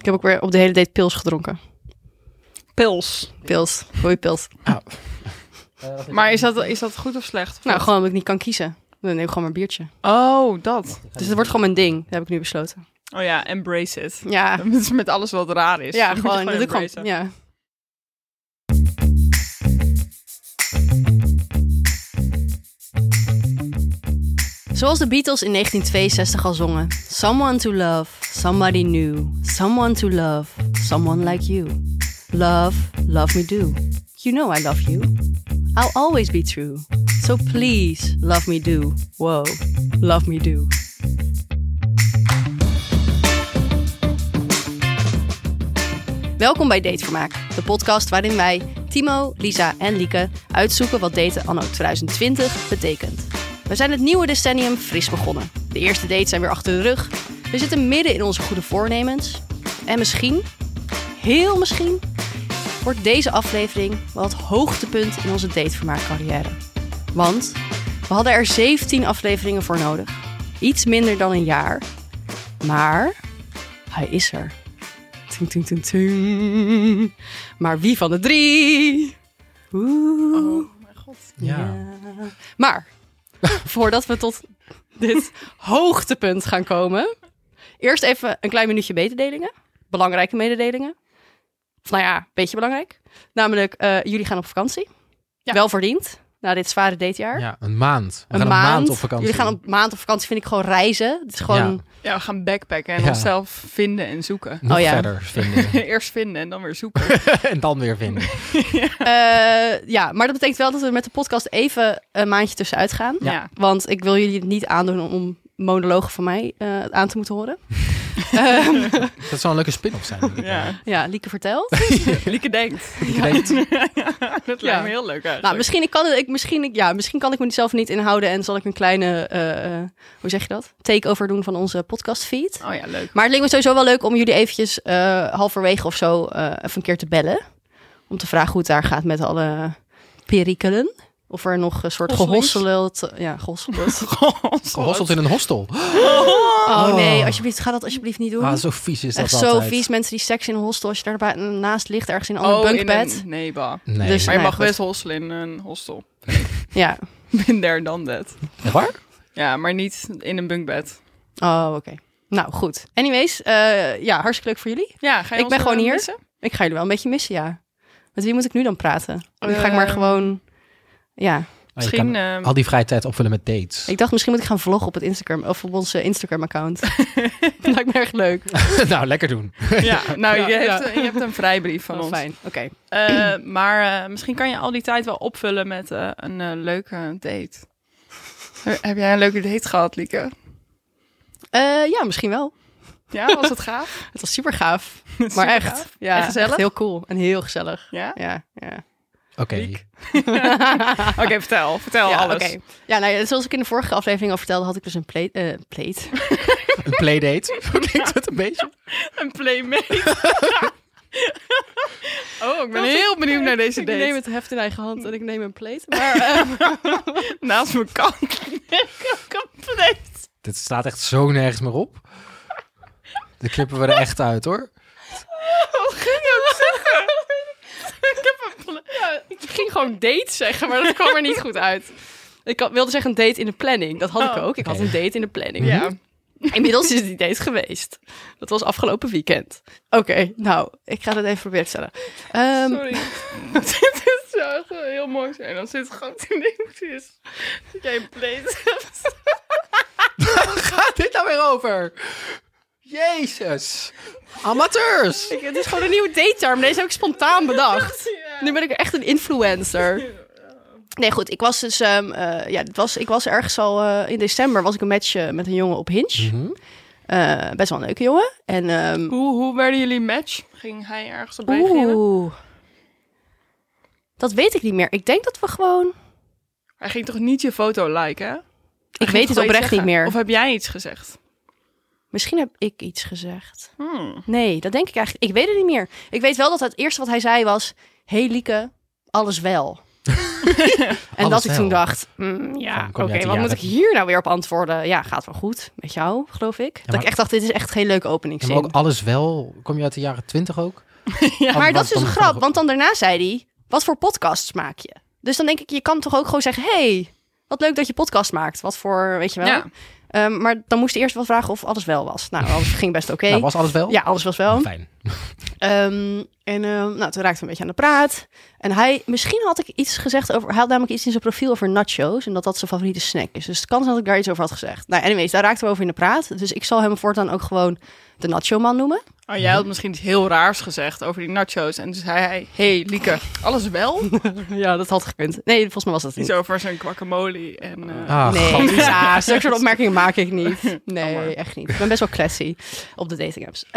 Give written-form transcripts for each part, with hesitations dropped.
heb ook weer op de hele date pils gedronken. Pils. Goeie pils. Maar is dat goed of slecht? Nou, gewoon omdat ik niet kan kiezen. Dan neem ik gewoon maar een biertje. Oh, dat. Dus het wordt gewoon mijn ding. Dat heb ik nu besloten. Oh ja, embrace it. Ja, Dat is met alles wat raar is. ja Je moet gewoon. Dat doe ik embracen. gewoon. Ja. Zoals de Beatles in 1962 al zongen. Someone to love, somebody new. Someone to love, someone like you. Love, love me do. You know I love you. I'll always be true. So please, love me do. Whoa, love me do. Welkom bij Datevermaak, de podcast waarin wij, Timo, Lisa en Lieke, uitzoeken wat daten anno 2020 betekent. We zijn het nieuwe decennium fris begonnen. De eerste dates zijn weer achter de rug. We zitten midden in onze goede voornemens. En misschien, heel misschien, wordt deze aflevering wel het hoogtepunt in onze datevermaakcarrière. Want we hadden er 17 afleveringen voor nodig. Iets minder dan een jaar. Maar hij is er. Ting, ting, ting, ting. Maar wie van de 3? Oeh. Oh mijn god. Ja. Maar voordat we tot dit hoogtepunt gaan komen, eerst even een klein minuutje mededelingen. Belangrijke mededelingen. Of nou ja, een beetje belangrijk. Namelijk, jullie gaan op vakantie. Ja. Wel verdiend. Na dit zware datejaar. Ja, een maand. We gaan Een een maand op vakantie. Jullie gaan een maand op vakantie, vind ik gewoon reizen. Het is gewoon... Ja, we gaan backpacken en Ja. onszelf vinden en zoeken. Nog Oh ja. verder vinden. Eerst vinden en dan weer zoeken. En dan weer vinden. Ja, maar dat betekent wel dat we met de podcast even een maandje tussenuit gaan. Ja. Want ik wil jullie het niet aandoen om monologen van mij aan te moeten horen. Dat zou een leuke spin-off zijn. denk ik. Ja. Ja, Lieke vertelt. Lieke denkt. Ik denk, Dat Ja. lijkt me heel leuk uit. Nou, misschien kan ik mezelf niet inhouden en zal ik een kleine, hoe zeg je dat? Takeover doen van onze podcastfeed. Oh ja, leuk. Maar het leek me sowieso wel leuk om jullie eventjes halverwege of zo even een keer te bellen. Om te vragen hoe het daar gaat met alle perikelen. Of er nog een soort Hosselings? gehosseld... Ja, gehosseld. gehosseld in een hostel. Oh nee, alsjeblieft, ga dat alsjeblieft niet doen. Ah, zo vies is dat Echt zo altijd. vies, mensen die seks in een hostel, als je daar naast ligt, ergens in een ander bunkbed. Nee, bah. Nee. Dus- Maar je Nee, mag goed. best hosselen in een hostel. Ja. Been there, done that. Echt waar? Ja, maar niet in een bunkbed. Oh, oké. Nou, goed. Anyways, ja, hartstikke leuk voor jullie. Ja, ga je Ik ons ben gewoon hier. missen? Ik ga jullie wel een beetje missen, ja. Met wie moet ik nu dan praten? Nu ga ik maar gewoon... Ja, Ah, je Misschien... kan al die vrije tijd opvullen met dates. ik dacht misschien moet ik gaan vloggen op het Instagram of op onze Instagram-account. Dat lijkt me erg leuk. Nou, lekker doen. Ja, nou, Ja, je hebt een vrijbrief van Oh, ons. fijn. Oké. Maar misschien kan je al die tijd wel opvullen met een leuke date. Heb jij een leuke date gehad, Lieke? Ja, misschien wel. Ja, was het gaaf? Het was super gaaf. Maar Super echt. gaaf? Ja, En gezellig? echt heel cool en heel gezellig. Ja? Ja, ja. Oké. Liek. Oké, vertel Ja, alles. oké. Ja, nou ja, zoals ik in de vorige aflevering al vertelde, had ik dus een plate. Een playdate. Hoe klinkt dat een beetje? Een playmate. Oh, ik ben heel benieuwd naar deze Ik neem date. het heft in eigen hand en ik neem een plate. Maar Naast mijn kant neem ik ook een plate. Dit staat echt zo nergens meer op. Dat knippen we er echt uit, hoor. Wat ging je ook zeggen? Ik heb een ik ging gewoon date zeggen, maar dat kwam er niet goed uit. Ik wilde zeggen een date in de planning. Dat had ik Oh. ook. Ik had Oké. een date in de planning. Ja. Inmiddels is die date geweest. Dat was afgelopen weekend. Oké, nou, ik ga het even proberen te stellen. Sorry. Dit zou echt wel heel mooi zijn. Dan zit het gewoon te nieuwtjes. Dat jij een plate hebt. Waar gaat dit nou weer over? Jezus. Amateurs. Het is gewoon een nieuwe dateterm. Deze heb ik spontaan bedacht. Nu ben ik echt een influencer. Nee, goed. Ik was dus... ik was ergens al in december... was ik een match met een jongen op Hinge. Best wel een leuke jongen. En, Hoe werden jullie match? Ging hij ergens op reageren? oeh. Dat weet ik niet meer. Ik denk dat we gewoon... Hij ging toch niet je foto liken, hè? Ik weet het oprecht niet meer. Of heb jij iets gezegd? Misschien heb ik iets gezegd. Nee, dat denk ik eigenlijk. Ik weet het niet meer. Ik weet wel dat het eerste wat hij zei was... Hey Lieke, alles wel. En dat ik toen wel. dacht, Van, ja, kom je uit oké, de wat moet jaren- ik hier nou weer op antwoorden? Ja, gaat wel goed met jou, geloof ik. Dat maar- ik echt dacht, dit is echt geen leuke Ja, openingszin. maar ook alles wel. Kom je uit de jaren 20 ook? Maar dat is dus een dan- grap, want dan daarna zei hij, wat voor podcasts maak je? Dus dan denk ik, je kan toch ook gewoon zeggen, hey, wat leuk dat je podcast maakt. Wat voor, weet je wel. Ja. Maar dan moest hij eerst wel vragen of alles wel was. Nou, alles ging best oké. Nou, was alles wel? Ja, alles was wel. Fijn. Nou, toen raakten we een beetje aan de praat. En misschien had ik iets gezegd over, hij had namelijk iets in zijn profiel over nachos. En dat zijn favoriete snack is. Dus het kan zijn dat ik daar iets over had gezegd. Nou, anyways, daar raakten we over in de praat. Dus ik zal hem voortaan ook gewoon de nacho-man noemen. Oh, jij had misschien iets heel raars gezegd over die nachos. En toen zei hij, hey Lieke, alles wel? Ja, dat had gekund. Nee, volgens mij was dat niet. Iets over zijn guacamole en... Nee, Lisa, zulke soort opmerkingen maak ik niet. Kom maar. Nee, echt niet. Ik ben best wel classy op de dating apps.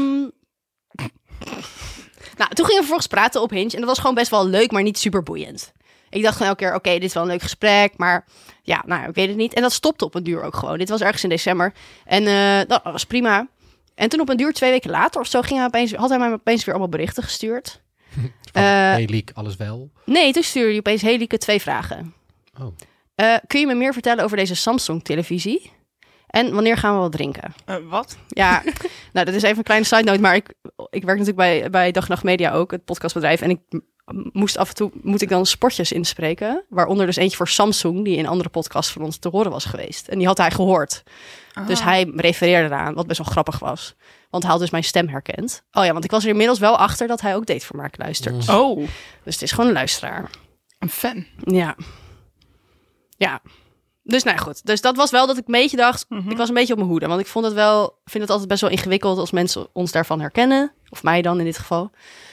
Nou, toen gingen we vervolgens praten op Hinge. En dat was gewoon best wel leuk, maar niet super boeiend. Ik dacht gewoon elke keer, oké, dit is wel een leuk gesprek. Maar ja, nou, ik weet het niet. En dat stopte op een duur ook gewoon. Dit was ergens in december. En dat was prima. En toen op een duur 2 weken later of zo had hij mij opeens weer allemaal berichten gestuurd. Hey Liek, alles wel? Nee, toen stuurde hij opeens, hey Lieke, 2 vragen. Oh. Kun je me meer vertellen over deze Samsung-televisie? En wanneer gaan we wat drinken? Wat? Ja, nou, dat is even een kleine side note, maar ik werk natuurlijk bij Dag en Nacht Media ook, het podcastbedrijf. En ik moest af en toe, moet ik dan spotjes inspreken. Waaronder dus eentje voor Samsung, die in andere podcasts van ons te horen was geweest. En die had hij gehoord. Dus hij refereerde eraan, wat best wel grappig was. Want hij had dus mijn stem herkend. Oh ja, want ik was er inmiddels wel achter dat hij ook Datevermaak luistert. Oh, Dus het is gewoon een luisteraar. een fan. Ja. Ja. Dus nou ja, goed. Dus dat was wel dat ik een beetje dacht, ik was een beetje op mijn hoede. Want ik vind het altijd best wel ingewikkeld als mensen ons daarvan herkennen. Of mij dan in dit geval.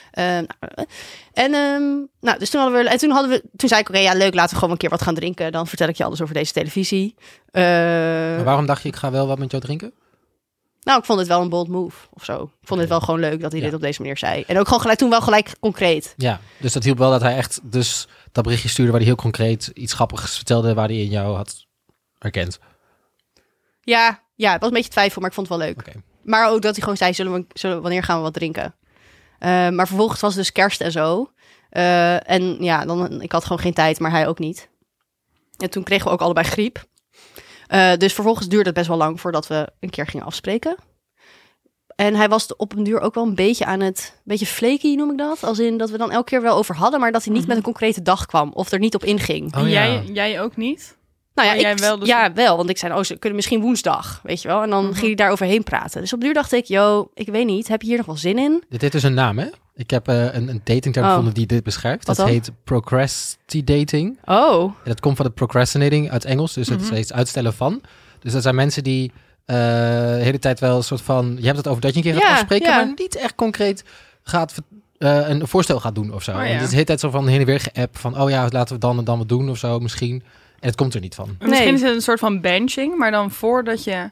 Dus toen zei ik, oké, ja, leuk, laten we gewoon een keer wat gaan drinken. Dan vertel ik je alles over deze televisie. Maar waarom dacht je, ik ga wel wat met jou drinken? Nou, ik vond het wel een bold move of zo. Ik vond het wel gewoon leuk dat hij dit op deze manier zei. En ook gewoon gelijk concreet. Ja, dus dat hielp wel dat hij echt dus dat berichtje stuurde waar hij heel concreet iets grappigs vertelde waar hij in jou had herkend. Ja, het was een beetje twijfel, maar ik vond het wel leuk. Oké. Maar ook dat hij gewoon zei, wanneer gaan we wat drinken? Maar vervolgens was het dus kerst en zo. En ja, ik had gewoon geen tijd, maar hij ook niet. En toen kregen we ook allebei griep. Dus vervolgens duurde het best wel lang voordat we een keer gingen afspreken. En hij was op een duur ook wel een beetje flaky, noem ik dat. Als in dat we dan elke keer wel over hadden, maar dat hij niet met een concrete dag kwam. Of er niet op inging. Oh, En ja. jij ook niet? Nou ja, Maar jij wel, dus- wel. Want ik zei, ze kunnen misschien woensdag, weet je wel. En dan ging hij daar overheen praten. Dus op de duur dacht ik, ik weet niet, heb je hier nog wel zin in? Dit is dus een naam, hè? Ik heb een datingterm gevonden die dit beschrijft. Wat Dat dan? heet procrastinating. Oh, En dat komt van de procrastinating uit Engels. Dus het is uitstellen van. Dus dat zijn mensen die de hele tijd wel een soort van... Je hebt het over dat je een keer gaat Ja, afspreken, ja. maar niet echt concreet een voorstel gaat doen of zo. Oh, ja. En het is de hele tijd zo van heen en weer geapp van... Oh ja, laten we dan en dan wat doen of zo misschien. En het komt er niet van. Misschien is het een soort van benching, maar dan voordat je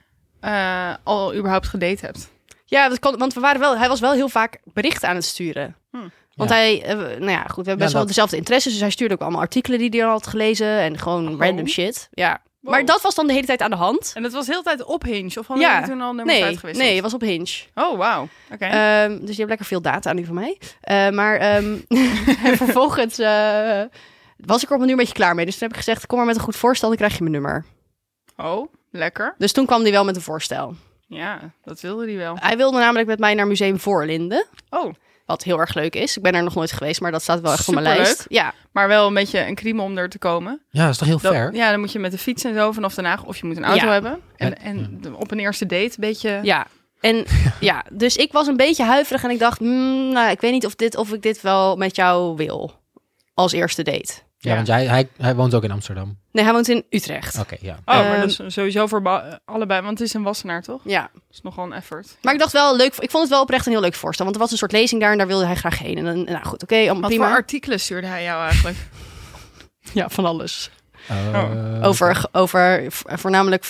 al überhaupt gedate hebt. ja, dat kon, want hij was wel heel vaak berichten aan het sturen. Want Ja. we hebben best wel dat- dezelfde interesses. Dus hij stuurde ook allemaal artikelen die hij al had gelezen. En gewoon random shit. Ja. Wow. Maar dat was dan de hele tijd aan de hand. En dat was de hele tijd op Hinge? Of hadden Ja. jullie toen al nummers Nee, uitgewisseld? het was op Hinge. Oh, wauw. Oké. Dus je hebt lekker veel data nu van mij. En vervolgens was ik er op een duur een beetje klaar mee. Dus toen heb ik gezegd, kom maar met een goed voorstel, dan krijg je mijn nummer. Oh, lekker. Dus toen kwam hij wel met een voorstel. Ja, dat wilde hij wel. Hij wilde namelijk met mij naar Museum Voorlinden. Oh, Wat heel erg leuk is. Ik ben er nog nooit geweest, maar dat staat wel echt op mijn Superleuk. lijst. Ja, maar wel een beetje een kriemel om er te komen. Ja, dat is toch heel Dat- fair? Ja, dan moet je met de fiets en zo vanaf Den Haag. Of je moet een auto Ja. hebben. En op een eerste date een beetje... ja. En ja, dus ik was een beetje huiverig en ik dacht, ik weet niet of ik dit wel met jou wil. Als eerste date. Ja, want hij woont ook in Amsterdam. Nee, hij woont in Utrecht. Oké, ja. Oh, maar Ehm, dat is sowieso voor allebei. Want het is een Wassenaar, toch? Ja, Dat is nogal een effort. maar ik dacht wel leuk. Ik vond het wel oprecht een heel leuk voorstel. Want er was een soort lezing daar en daar wilde hij graag heen. En dan, nou goed, oké, allemaal Wat prima. voor artikelen stuurde hij jou eigenlijk? Ja, van alles. Oké. Over voornamelijk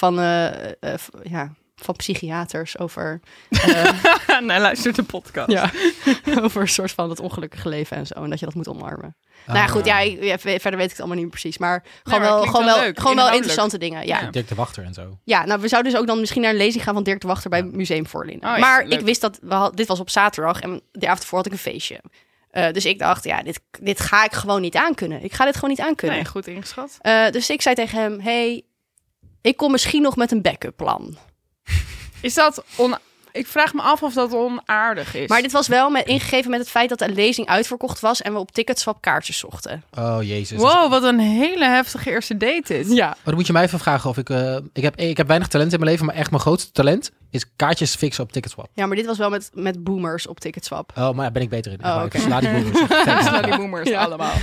van psychiaters. Over, Nee, luister de podcast. ja, over een soort van het ongelukkige leven en zo. En dat je dat moet omarmen. Nou ja, goed, verder weet ik het allemaal niet meer precies. Maar gewoon maar het klinkt wel leuk, wel inhoudelijk. interessante dingen. Ja. Ja. Dirk de Wachter en zo. Ja, nou, we zouden dus ook dan misschien naar een lezing gaan van Dirk de Wachter bij Museum Voorlinden. Oh ja, maar leuk. ik wist dat, dit was op zaterdag en de avond ervoor had ik een feestje. Dus ik dacht, ja, dit ga ik gewoon niet aankunnen. Ik ga dit gewoon niet aankunnen. Nee, goed ingeschat. Dus ik zei tegen hem, hey, ik kom misschien nog met een backup plan. Is dat Ik vraag me af of dat onaardig is. Maar dit was wel ingegeven met het feit dat de lezing uitverkocht was en we op Ticketswap kaartjes zochten. Oh, jezus. Wow, wat een hele heftige eerste date dit. Ja. Maar dan moet je mij even vragen of ik heb weinig talent in mijn leven, maar echt mijn grootste talent is kaartjes fixen op Ticketswap. Ja, maar dit was wel met boomers op Ticketswap. Oh, maar daar ben ik beter in. Oh, oké. Ik sla die boomers. Sla die boomers allemaal.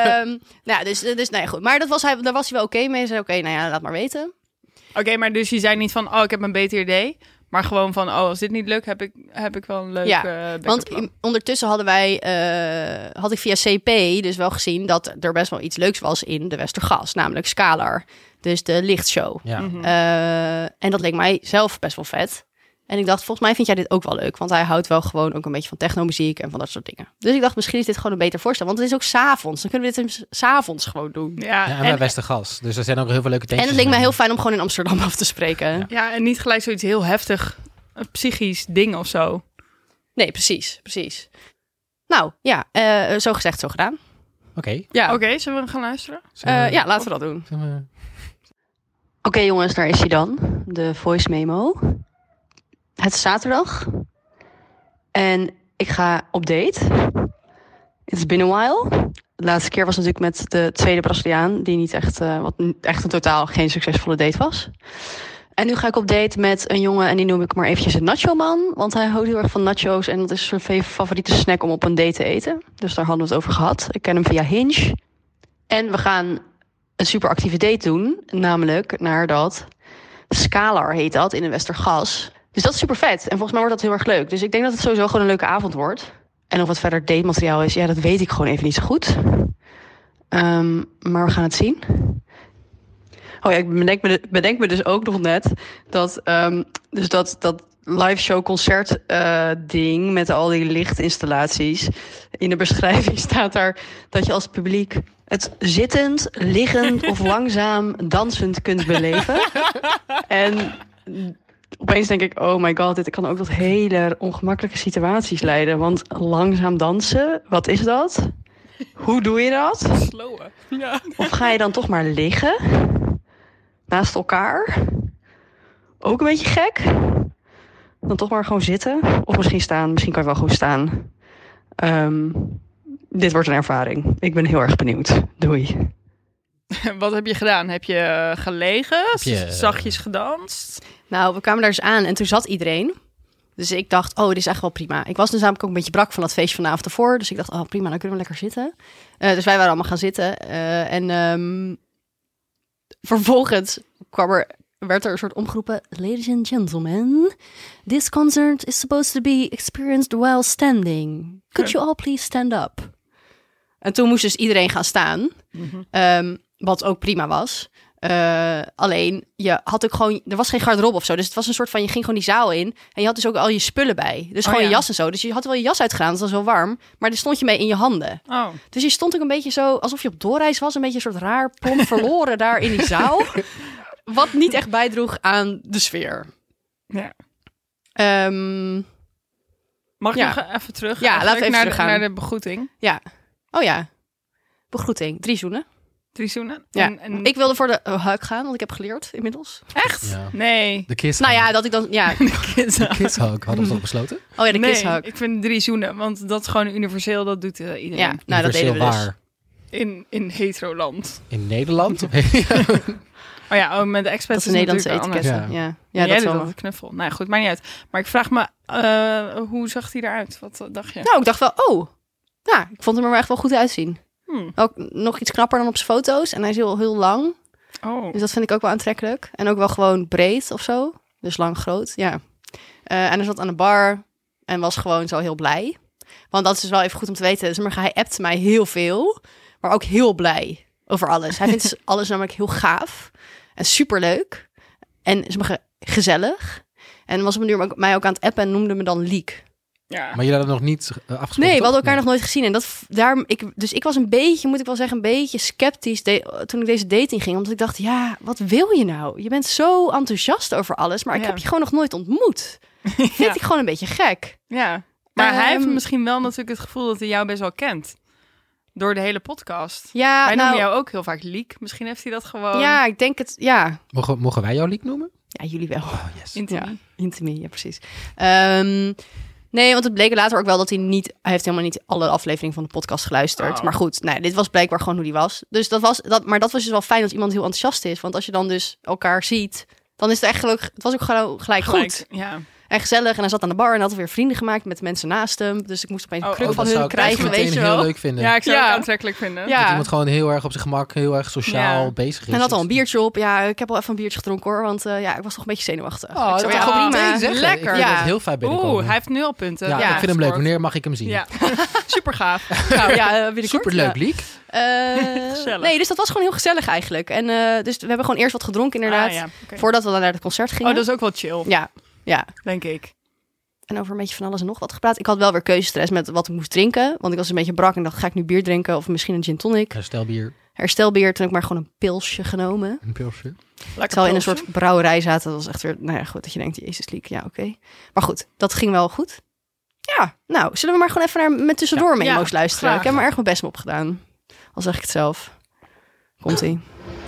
Dus nee, goed. Maar daar was hij wel oké mee. Hij zei, oké, nou ja, laat maar weten. Oké, maar dus je zei niet van, ik heb een beter idee. Maar gewoon van, als dit niet lukt, heb ik wel een leuk want ondertussen had ik via CP dus wel gezien dat er best wel iets leuks was in de Westergas. Namelijk Scalar. Dus de lichtshow. Ja. Mhm. En dat leek mij zelf best wel vet. En ik dacht, volgens mij vind jij dit ook wel leuk. Want hij houdt wel gewoon ook een beetje van technomuziek en van dat soort dingen. Dus ik dacht, misschien is dit gewoon een beter voorstel. Want het is ook 's avonds. Dan kunnen we dit 's avonds gewoon doen. Ja, En bij Westergas. Dus er zijn ook heel veel leuke En tentjes. het leek mij heel fijn om gewoon in Amsterdam af te spreken. Ja, en niet gelijk zoiets heel heftig, een psychisch ding of zo. Nee, precies. Nou, ja, zo gezegd, zo gedaan. Oké. Ja, Oké, zullen we gaan luisteren? ja, laten we dat doen. Oké, jongens, daar is hij dan. De voice memo. Het is zaterdag. En ik ga op date. It's been a while. De laatste keer was natuurlijk met de tweede Braziliaan, die niet echt, wat echt een totaal geen succesvolle date was. En nu ga ik op date met een jongen en die noem ik maar eventjes een nacho-man. Want hij houdt heel erg van nachos en dat is zijn favoriete snack om op een date te eten. Dus daar hadden we het over gehad. Ik ken hem via Hinge. En we gaan een super actieve date doen. Namelijk naar dat Scalar heet dat in de Westergas. Dus dat is super vet. En volgens mij wordt dat heel erg leuk. Dus ik denk dat het sowieso gewoon een leuke avond wordt. En of het verder datemateriaal is, ja, dat weet ik gewoon even niet zo goed. Maar we gaan het zien. Oh ja, ik bedenk me dus ook nog net dat dat live show concert ding met al die lichtinstallaties. In de beschrijving staat daar dat je als publiek het zittend, liggend of langzaam dansend kunt beleven. En opeens denk ik, oh my god, dit kan ook tot hele ongemakkelijke situaties leiden. Want langzaam dansen, wat is dat? Hoe doe je dat? Slowen. Ja. Of ga je dan toch maar liggen? Naast elkaar? Ook een beetje gek? Dan toch maar gewoon zitten? Of misschien staan. Misschien kan je wel gewoon staan. Dit wordt een ervaring. Ik ben heel erg benieuwd. Doei. Wat heb je gedaan? Heb je gelegen? Zachtjes gedanst? Nou, we kwamen daar eens aan en toen zat iedereen. Dus ik dacht, dit is echt wel prima. Ik was dus namelijk ook een beetje brak van dat feestje van de avond ervoor. Dus ik dacht, prima, dan kunnen we lekker zitten. Dus wij waren allemaal gaan zitten. Vervolgens werd er een soort omgeroepen. Ladies and gentlemen, this concert is supposed to be experienced while standing. Could you all please stand up? En toen moest dus iedereen gaan staan. Mm-hmm. Wat ook prima was. Alleen, je had ook gewoon... Er was geen garderobe of zo. Dus het was een soort van... Je ging gewoon die zaal in. En je had dus ook al je spullen bij. Dus gewoon je jas en zo. Dus je had wel je jas uitgedaan. Het was wel warm. Maar daar stond je mee in je handen. Oh. Dus je stond ook een beetje zo... Alsof je op doorreis was. Een beetje een soort raar plomp verloren daar in die zaal. Wat niet echt bijdroeg aan de sfeer. Ja. Mag ik nog even terug? Ja, laten we even teruggaan. Naar de begroeting. Ja. Oh ja. Begroeting. 3 zoenen. 3 zoenen? Ja. En... Ik wilde voor de hug gaan, want ik heb geleerd inmiddels. Echt? Ja. Nee. De kiss Nou ja, dat ik dan... Ja. De kiss hug. Hadden we toch besloten? Oh ja, de kiss hug. Ik vind 3 zoenen, want dat is gewoon universeel. Dat doet iedereen. Ja, nou dat deden we dus. Waar? In heteroland. In Nederland? Met de expats dat is een Nederlandse etiketten. Ja, dat is wel een knuffel. Nou goed, maakt niet uit. Maar ik vraag me, hoe zag hij eruit? Wat dacht je? Nou, ik dacht wel, ik vond hem er echt wel goed uitzien. Ook nog iets knapper dan op zijn foto's. En hij is heel lang. Oh. Dus dat vind ik ook wel aantrekkelijk. En ook wel gewoon breed of zo. Dus lang, groot, ja. En hij zat aan de bar en was gewoon zo heel blij. Want dat is dus wel even goed om te weten. Dus maar hij appt mij heel veel, maar ook heel blij over alles. Hij vindt alles namelijk heel gaaf en superleuk. En gezellig. En was op een uur mij ook aan het appen en noemde me dan Liek. Ja. Maar jullie hadden nog niet afgesproken? Nee, we hadden elkaar nog nooit gezien. En ik was een beetje, moet ik wel zeggen, een beetje sceptisch toen ik deze dating ging. Omdat ik dacht, wat wil je nou? Je bent zo enthousiast over alles, maar ik heb je gewoon nog nooit ontmoet. Vind ik gewoon een beetje gek. Ja. Maar hij heeft misschien wel natuurlijk het gevoel dat hij jou best wel kent. Door de hele podcast. Ja, Wij noemen jou ook heel vaak Liek. Misschien heeft hij dat gewoon... Ja, ik denk het, ja. Mogen wij jou Liek noemen? Ja, jullie wel. Oh, yes. Intimie, ja, precies. Nee, want het bleek later ook wel dat hij heeft helemaal niet alle afleveringen van de podcast geluisterd. Oh. Maar goed, dit was blijkbaar gewoon hoe die was. Dus maar dat was dus wel fijn dat iemand heel enthousiast is. Want als je dan dus elkaar ziet, dan is het echt het was ook gewoon gelijk goed. Ja. En gezellig. En hij zat aan de bar en had weer vrienden gemaakt met mensen naast hem. Dus ik moest opeens een kruk van dat hun zou ik echt krijgen, weet meteen je heel wel. leuk vinden. Ja, ik zou Ja. het aantrekkelijk vinden. Ja. Dat iemand gewoon heel erg op zijn gemak, heel erg sociaal bezig is. En had al een biertje op. Ja, ik heb al even een biertje gedronken hoor. Want ik was toch een beetje zenuwachtig. Oh, Ik dat zei, is gewoon prima. meteen zeggen. Lekker. Ik vind Ja. het heel fijn binnenkomen. Hij heeft nu al punten. Ja, ik vind hem leuk. gescoord. Wanneer mag ik hem zien? Ja, super gaaf. Nou, ja, binnenkort, Superleuk, ja. Liek. Gezellig. Nee, dus dat was gewoon heel gezellig eigenlijk. En dus we hebben gewoon eerst wat gedronken inderdaad. Oké. Voordat we dan naar het concert gingen. Oh, dat is ook wel chill, Ja. denk ik. En over een beetje van alles en nog wat gepraat. Ik had wel weer keuzestress met wat ik moest drinken. Want ik was een beetje brak en dacht, ga ik nu bier drinken? Of misschien een gin tonic? Herstelbier. Toen heb ik maar gewoon een pilsje genomen. Een pilsje. Lekker Terwijl we in een pilsje. soort brouwerij zaten. Dat was echt weer, goed, dat je denkt, jezus liek, ja, oké. Maar goed, dat ging wel goed. Ja, nou, zullen we maar gewoon even naar met tussendoor memo's luisteren? graag. Ik heb er erg mijn best op gedaan. Al zeg ik het zelf. Komt-ie.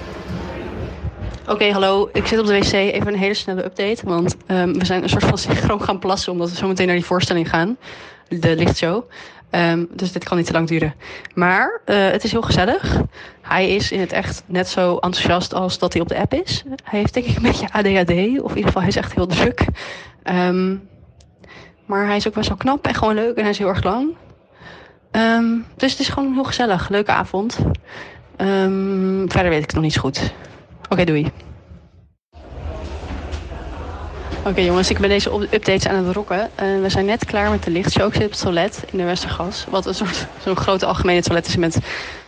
Oké, hallo. Ik zit op de wc. Even een hele snelle update. Want we zijn een soort van synchroon gaan plassen. Omdat we zo meteen naar die voorstelling gaan. De lichtshow. Dus dit kan niet te lang duren. Maar het is heel gezellig. Hij is in het echt net zo enthousiast als dat hij op de app is. Hij heeft denk ik een beetje ADHD. Of in ieder geval, hij is echt heel druk. Maar hij is ook best wel knap en gewoon leuk. En hij is heel erg lang. Dus het is gewoon heel gezellig. Leuke avond. Verder weet ik het nog niet zo goed. Oké, doei. Oké, jongens, ik ben deze updates aan het rocken. We zijn net klaar met de lichtshow. Ik zit op het toilet in de Westergas. Wat een soort zo'n grote algemene toilet is met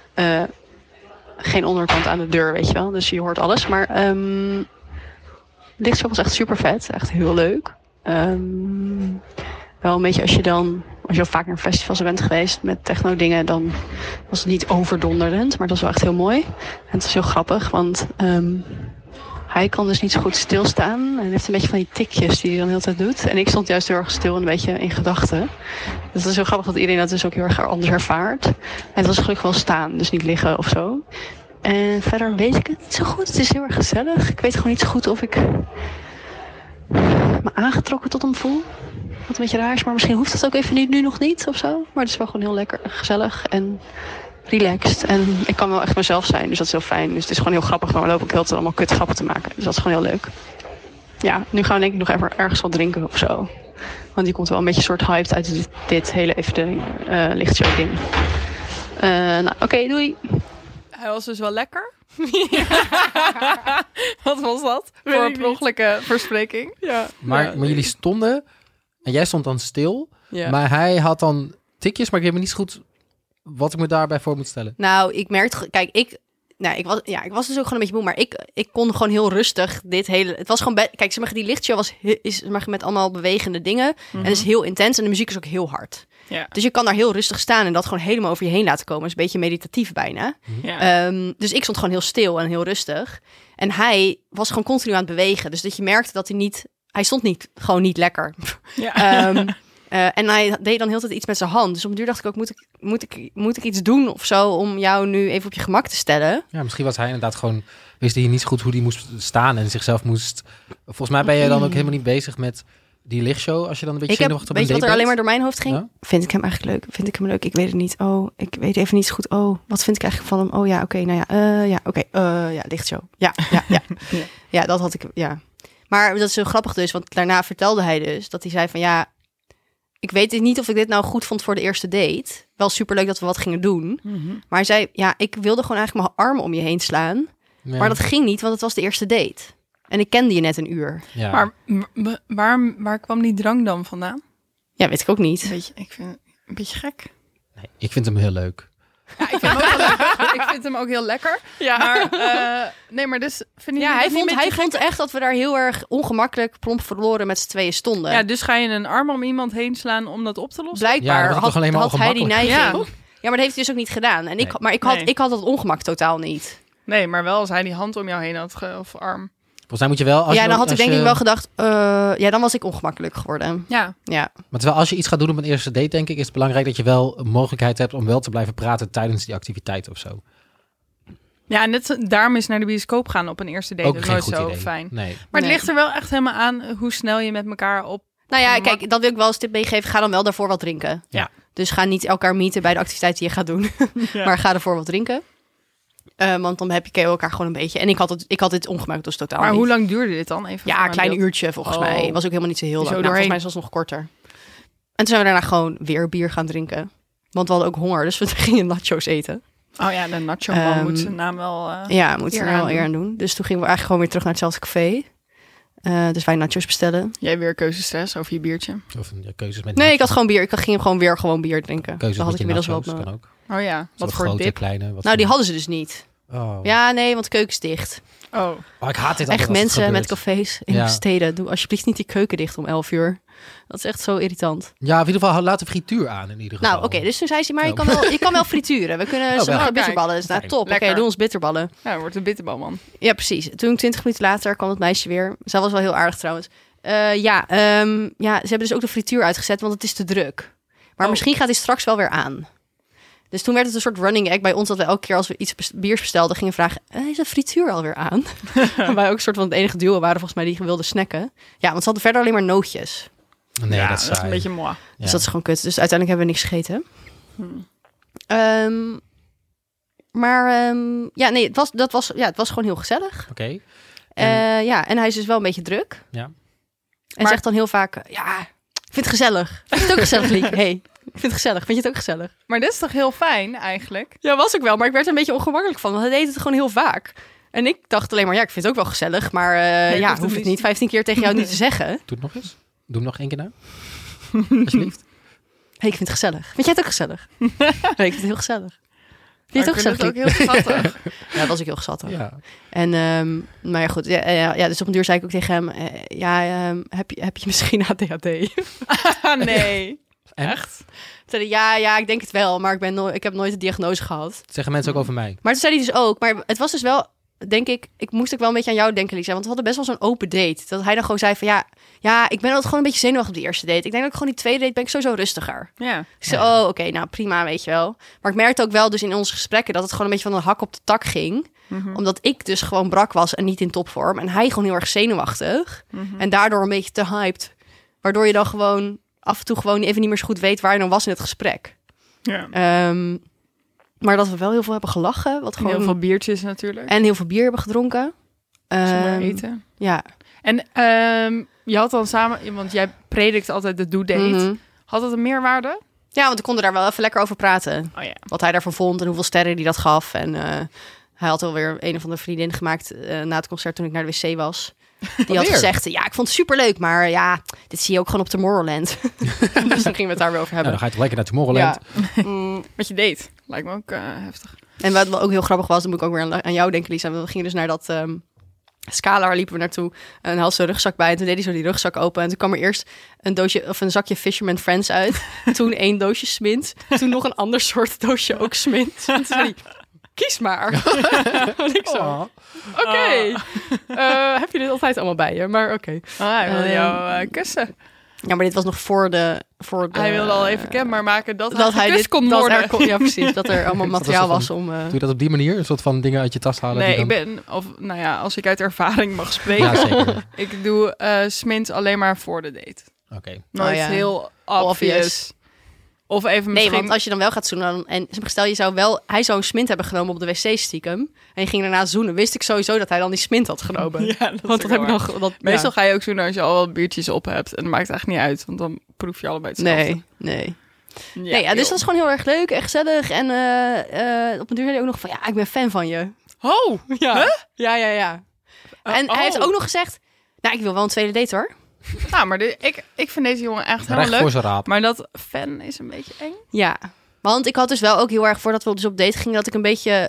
geen onderkant aan de deur, weet je wel. Dus je hoort alles. Maar de lichtshow was echt super vet. Echt heel leuk. Wel een beetje als je al vaak naar festivals bent geweest met techno dingen, dan was het niet overdonderend, maar het was wel echt heel mooi. En het was heel grappig, want hij kan dus niet zo goed stilstaan. Hij heeft een beetje van die tikjes die hij dan de hele tijd doet. En ik stond juist heel erg stil en een beetje in gedachten. Dus het is heel grappig dat iedereen dat dus ook heel erg anders ervaart. En het was gelukkig wel staan, dus niet liggen of zo. En verder weet ik het niet zo goed. Het is heel erg gezellig. Ik weet gewoon niet zo goed of ik me aangetrokken tot hem voel. Wat een beetje raar is, maar misschien hoeft het ook even nu nog niet of zo. Maar het is wel gewoon heel lekker, gezellig en relaxed. En ik kan wel echt mezelf zijn, dus dat is heel fijn. Dus het is gewoon heel grappig, maar we lopen ook heel tijd allemaal kutgrappen te maken. Dus dat is gewoon heel leuk. Ja, nu gaan we denk ik nog even ergens wat drinken of zo. Want die komt wel een beetje soort hyped uit dit hele even lichtshow ding. Oké, doei. Hij was dus wel lekker. Wat was dat? Voor een ongelukke verspreking. Ja. Maar jullie stonden, en jij stond dan stil, Ja. maar hij had dan tikjes, maar ik weet me niet zo goed wat ik me daarbij voor moet stellen. Nou, ik merkte, kijk, ik was dus ook gewoon een beetje moe, maar ik kon gewoon heel rustig dit hele, het was gewoon, kijk, zeg maar, die lichtshow is maar met allemaal bewegende dingen en het is heel intens en de muziek is ook heel hard. Ja. Dus je kan daar heel rustig staan en dat gewoon helemaal over je heen laten komen. Dat is een beetje meditatief bijna. Ja. Dus ik stond gewoon heel stil en heel rustig. En hij was gewoon continu aan het bewegen. Dus dat je merkte dat hij stond gewoon niet lekker. Ja. En hij deed dan heel tijd iets met zijn hand. Dus op een duur dacht ik ook, moet ik iets doen of zo om jou nu even op je gemak te stellen? Ja, misschien was hij inderdaad gewoon, wist hij niet zo goed hoe hij moest staan en zichzelf moest. Volgens mij ben je dan ook helemaal niet bezig met die lichtshow als je dan een beetje zenuwachtig op een weet je wat date er alleen bent? maar door mijn hoofd ging? Ja? Vind ik hem eigenlijk leuk? Vind ik hem leuk? Ik weet het niet. Oh, ik weet even niet zo goed. Oh, wat vind ik eigenlijk van hem? Oh ja, oké, nou ja. Ja, lichtshow. Ja. Ja, dat had ik, ja. Maar dat is zo grappig dus, want daarna vertelde hij dus dat hij zei van ja, ik weet niet of ik dit nou goed vond voor de eerste date. Wel superleuk dat we wat gingen doen. Maar hij zei, ja, ik wilde gewoon eigenlijk mijn armen om je heen slaan. Ja. Maar dat ging niet, want het was de eerste date. En ik kende je net een uur. Ja. Maar waar kwam die drang dan vandaan? Ja, weet ik ook niet. Ik vind het een beetje gek. Nee, ik vind hem heel leuk. Ja, ik vind hem ook heel lekker. Ik vind hem ook heel lekker. Ja. Maar, nee, maar dus vind je Ja, dat niet een hij beetje vond echt dat we daar heel erg ongemakkelijk plomp verloren met z'n tweeën stonden. Ja, dus ga je een arm om iemand heen slaan om dat op te lossen? Ja, Blijkbaar dat is toch alleen maar had hij die ongemakkelijk? neiging. Ja. Ja, maar dat heeft hij dus ook niet gedaan. En Nee. ik had dat ongemak totaal niet. Nee, maar wel als hij die hand om jou heen had of arm. Volgens mij moet je wel... Dan had ik denk ik wel gedacht... dan was ik ongemakkelijk geworden. Ja. Maar terwijl als je iets gaat doen op een eerste date, denk ik, is het belangrijk dat je wel een mogelijkheid hebt om wel te blijven praten tijdens die activiteit of zo. Ja, en daarom is naar de bioscoop gaan op een eerste date Ook geen nooit goed zo idee. fijn. Nee. Maar het ligt er wel echt helemaal aan hoe snel je met elkaar op... Nou ja, kijk, dat wil ik wel als tip meegeven. Ga dan wel daarvoor wat drinken. Ja. Dus ga niet elkaar meeten bij de activiteit die je gaat doen. Ja. Maar ga ervoor wat drinken. Want dan ken je elkaar gewoon een beetje. En ik had dit ongemaakt, dus totaal Maar niet. hoe lang duurde dit dan? Even Ja, voor een klein mijn beeld. uurtje volgens Oh. mij. Was ook helemaal niet zo heel lang. Zo Nou, volgens doorheen. mij was het nog korter. En toen zijn we daarna gewoon weer bier gaan drinken. Want we hadden ook honger, dus we gingen nachos eten. Oh ja, de nacho man moet zijn naam wel... Ja, moeten we eer er wel aan eer aan doen. Dus toen gingen we eigenlijk gewoon weer terug naar hetzelfde café. Dus wij nachos bestellen. Jij weer keuzestress over je biertje. Of keuzes met Nee, ik had gewoon bier. Ik ging gewoon bier drinken. keuzes Dat had met ik je inmiddels wel op nachos mijn... kan ook. Oh ja, wat Zo voor grote, dip. kleine. Wat Nou, voor- die hadden ze dus niet. Oh. Ja, nee, want de keuken is dicht. Oh, Ik haat dit altijd Echt als het mensen met gebeurt. cafés in Ja. steden. Doe alsjeblieft niet die keuken dicht om 11 uur. Dat is echt zo irritant. Ja, in ieder geval laat de frituur aan in ieder geval. Nou, oké, dus toen zei ze, maar Oh. je kan wel frituren. We kunnen wel. sommige Oh, bitterballen. Dus nou, Fijn. top. Oké, Lekker. doe ons bitterballen. nou, wordt een bitterbalman. Ja, precies. Toen 20 minuten later kwam het meisje weer. Zij was wel heel aardig trouwens. Ze hebben dus ook de frituur uitgezet, want het is te druk. Maar Oh. misschien gaat hij straks wel weer aan. Dus toen werd het een soort running gag bij ons... dat we elke keer als we iets biers bestelden... gingen vragen, is de frituur alweer aan? Wij ook een soort van het enige duo waren volgens mij... die wilden snacken. Ja, want ze hadden verder alleen maar nootjes. Nee, ja, dat is een saai. beetje moi. Ja. Dus dat is gewoon kut. Dus uiteindelijk hebben we niks gegeten. Het was gewoon heel gezellig. Oké. En hij is dus wel een beetje druk. Ja. En Maar- zegt dan heel vaak, ik vind het gezellig. Vind je het ook gezellig, Liek? Hey, ik vind het gezellig. Vind je het ook gezellig? Maar dit is toch heel fijn eigenlijk? Ja, was ook wel. Maar ik werd er een beetje ongemakkelijk van. Want hij deed het gewoon heel vaak. En ik dacht alleen maar, ik vind het ook wel gezellig. Maar ik hoef het hoef het niet. niet 15 keer tegen jou niet te zeggen. Doe het nog eens. Doe hem nog één keer na. Alsjeblieft. Hey, ik vind het gezellig. Vind jij het ook gezellig? Nee, ik vind het heel gezelelig. Vind je het ook Maar gezellig, ik vind het ook heel schattig. Ja, dat was ook heel gezellig. Ja. En, maar ja, goed. Dus op een duur zei ik ook tegen hem... heb je misschien ADHD? Ah, nee. En? Echt? Toen zei hij, ik denk het wel. Maar ik heb nooit de diagnose gehad. Dat zeggen mensen ook over mij. Maar toen zei hij dus ook... Maar het was dus wel... Denk ik moest ook wel een beetje aan jou denken, Lisa. Want we hadden best wel zo'n open date. Dat hij dan gewoon zei van... Ja, ik ben altijd gewoon een beetje zenuwachtig op de eerste date. Ik denk dat ik gewoon die tweede date ben ik sowieso rustiger. Ja. Ik zei, oké, nou prima, weet je wel. Maar ik merkte ook wel dus in onze gesprekken... dat het gewoon een beetje van een hak op de tak ging. Omdat ik dus gewoon brak was en niet in topvorm. En hij gewoon heel erg zenuwachtig. En daardoor een beetje te hyped. Waardoor je dan gewoon af en toe gewoon even niet meer zo goed weet... waar je dan was in het gesprek. Ja. Maar dat we wel heel veel hebben gelachen. Wat En gewoon... heel veel biertjes natuurlijk. En heel veel bier hebben gedronken. Zonder eten. Ja. En je had dan samen... Want jij predikt altijd de do-date. Mhm. Had het een meerwaarde? Ja, want we konden daar wel even lekker over praten. Oh ja. Wat hij daarvan vond en hoeveel sterren hij dat gaf. En hij had alweer een of andere vriendin gemaakt na het concert toen ik naar de wc was. Die had Alweer? gezegd, ja, ik vond het superleuk, maar ja, dit zie je ook gewoon op Tomorrowland. Dus dan gingen we het daar weer over Nou, hebben. dan ga je toch lekker naar Tomorrowland. Wat je deed. Lijkt me ook heftig. En wat ook heel grappig was, dan moet ik ook weer aan jou denken, Lisa. We gingen dus naar dat Scala, waar liepen we naartoe. En hij had zijn rugzak bij en toen deed hij zo die rugzak open. En toen kwam er eerst een doosje of een zakje Fisherman Friends uit. Toen 1 doosje Smint. Toen nog een ander soort doosje ook Smint. En toen zei hij, kies maar. En ik zo, Oh. oké. Heb je dit altijd allemaal bij je? Maar oké. Hij wilde jou kussen. Ja, maar dit was nog voor de Hij wilde al even kenbaar maken dat dat hij hij gekust kon dat worden. er kon- ja, precies. Dat er allemaal dat materiaal een was soort om... Doe je dat op die manier? Een soort van dingen uit je tas halen? Nee, die ik dan... ben... Of, nou ja, als ik uit ervaring mag spreken. Ja, zeker. Ik doe Smint alleen maar voor de date. Oké. Nooit ja. heel obvious. Of even Nee, misschien... want als je dan wel gaat zoenen... En stel, hij zou een Smint hebben genomen op de wc stiekem. En je ging daarna zoenen. Wist ik sowieso dat hij dan die Smint had genomen. Ja, dat Want dat heb ik dan... nog... Dat, Meestal ja. ga je ook zoenen als je al wat biertjes op hebt. En dat maakt echt niet uit. Want dan proef je allebei hetzelfde. Nee. Ja, Dus joh. dat is gewoon heel erg leuk en gezellig. En op een duur zei hij ook nog van... Ja, ik ben fan van je. Oh! Ja. Ja. En hij heeft oh. ook nog gezegd... Nou, ik wil wel een tweede date, hoor. Nou, maar ik vind deze jongen echt helemaal Recht leuk. voor zijn raap. Maar dat fan is een beetje eng. Ja, want ik had dus wel ook heel erg, voordat we dus op date gingen, dat ik een beetje,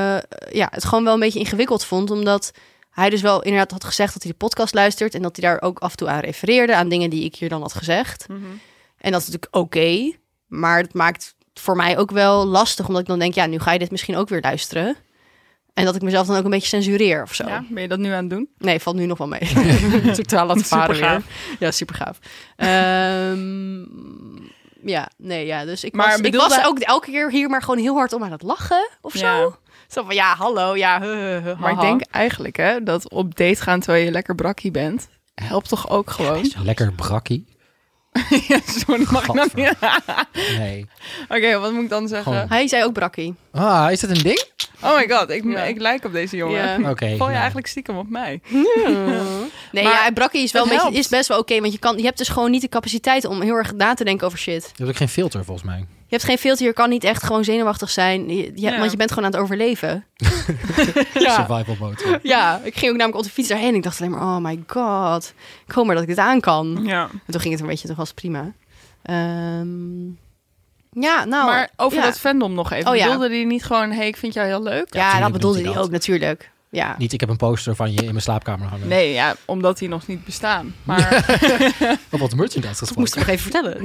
het gewoon wel een beetje ingewikkeld vond. Omdat hij dus wel inderdaad had gezegd dat hij de podcast luistert. En dat hij daar ook af en toe aan refereerde, aan dingen die ik hier dan had gezegd. En dat is natuurlijk oké. Maar het maakt voor mij ook wel lastig, omdat ik dan denk, ja, nu ga je dit misschien ook weer luisteren. En dat ik mezelf dan ook een beetje censureer of zo. Ja, ben je dat nu aan het doen? Nee, valt nu nog wel mee. Totaal laten varen weer. Ja, super gaaf. Dus ik was ook elke keer hier maar gewoon heel hard om aan het lachen of zo. Ja. Zo van, ja, hallo, ja. Maar ik denk eigenlijk dat op date gaan terwijl je lekker brakkie bent, helpt toch ook gewoon. Lekker brakkie. Ja, sorry, mag ik dat niet? Nee. Oké, wat moet ik dan zeggen? Gewoon. Hij zei ook brakkie. Ah, is dat een ding? Oh my god, ik lijk op deze jongen. Ja. Oké. Val je eigenlijk stiekem op mij? Nee, Maar brakkie is wel het een beetje, helpt. is best wel oké, want je hebt dus gewoon niet de capaciteit om heel erg na te denken over shit. Je hebt ook geen filter volgens mij. Je hebt geen filter, je kan niet echt gewoon zenuwachtig zijn, Ja. want je bent gewoon aan het overleven. Survival mode. Ja, ik ging ook namelijk op de fiets daarheen en ik dacht alleen maar, oh my god, ik hoop maar dat ik dit aan kan. Ja. En toen ging het een beetje, toen was het prima. Ja, nou... Maar over ja. dat fandom nog even. Oh, ja. Bedoelde die niet gewoon, hey, ik vind jou heel leuk? Ja, dat tuurlijk bedoelde doet hij hij dat. ook natuurlijk. Ja. Niet, ik heb een poster van je in mijn slaapkamer hangen. Nee, ja, omdat die nog niet bestaan. Maar Of wat merchandise Dat gesproken. moest ik nog even vertellen.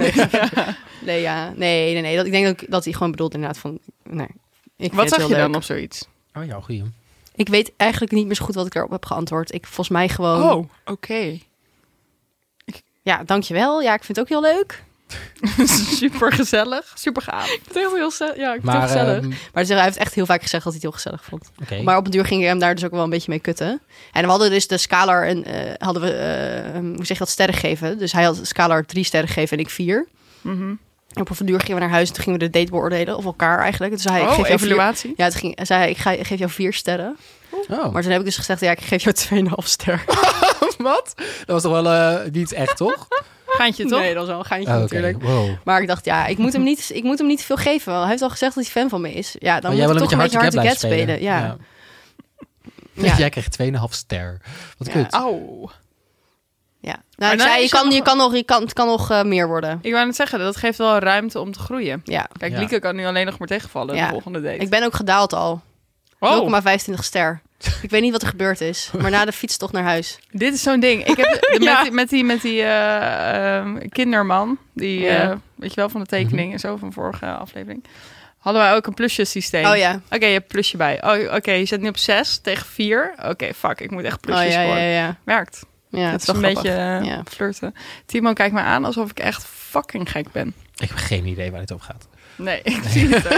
Nee. Ik denk ook dat hij gewoon bedoelt inderdaad van... Nee, ik wat vind zag het je heel dan leuk. op zoiets? Oh ja, goeie. Ik weet eigenlijk niet meer zo goed wat ik erop heb geantwoord. Volgens mij gewoon... Oh, oké. Ja, dankjewel. Ja, ik vind het ook heel leuk. Super gezellig, super gaaf. Ik vind het heel gezellig. Ja, ik vind Maar, het heel gezellig. Maar hij heeft echt heel vaak gezegd dat hij het heel gezellig vond. Oké. Maar op een duur ging ik hem daar dus ook wel een beetje mee kutten. En we hadden dus de Scalar en hadden we, hoe zeg je dat, sterren gegeven. Dus hij had Scalar 3 sterren gegeven en ik 4. Mhm. En op een duur gingen we naar huis en toen gingen we de date beoordelen. Of elkaar eigenlijk. Toen zei hij, ik Oh, geef jou 4. evaluatie. Ja, toen zei hij, ik geef jou 4 sterren. Oh. Maar toen heb ik dus gezegd, ja, ik geef jou 2,5 ster. Wat? Dat was toch wel niet echt, toch? Gaantje, toch? Nee, dat was wel een geintje Oh, oké. natuurlijk. Wow. Maar ik dacht, ja, ik moet hem niet te veel geven. Want hij heeft al gezegd dat hij fan van me is. Ja, dan Maar moet jij ik wil toch een een beetje beetje hard to hard get to get spelen. spelen. Ja. Ja. Jij kreeg 2,5 ster. Wat Ja. kut. Oh. Ja. Nou, Maar ik nou zei, is er het kan nog meer worden. Ik wou net zeggen, dat geeft wel ruimte om te groeien. Ja. Kijk, Ja. Lieke kan nu alleen nog maar tegenvallen Ja. de volgende date. Ik ben ook gedaald al. Oh, 0,25 ster. Ik weet niet wat er gebeurd is. Maar na de fiets toch naar huis. dit is zo'n ding. Ik heb Ja. met die kinderman, die, Ja. weet je wel, van de tekening en zo, van vorige aflevering, hadden wij ook een plusjesysteem. Oh ja. Oké, je hebt plusje bij. Oh, oké, je zit nu op 6 tegen 4. Oké, fuck, ik moet echt Oh plusjes ja, scoren. ja. Werkt. Ja, Het het is wel een grappig. beetje Ja. flirten. Timo kijkt me aan alsof ik echt fucking gek ben. Ik heb geen idee waar dit over gaat. Nee, ik zie het.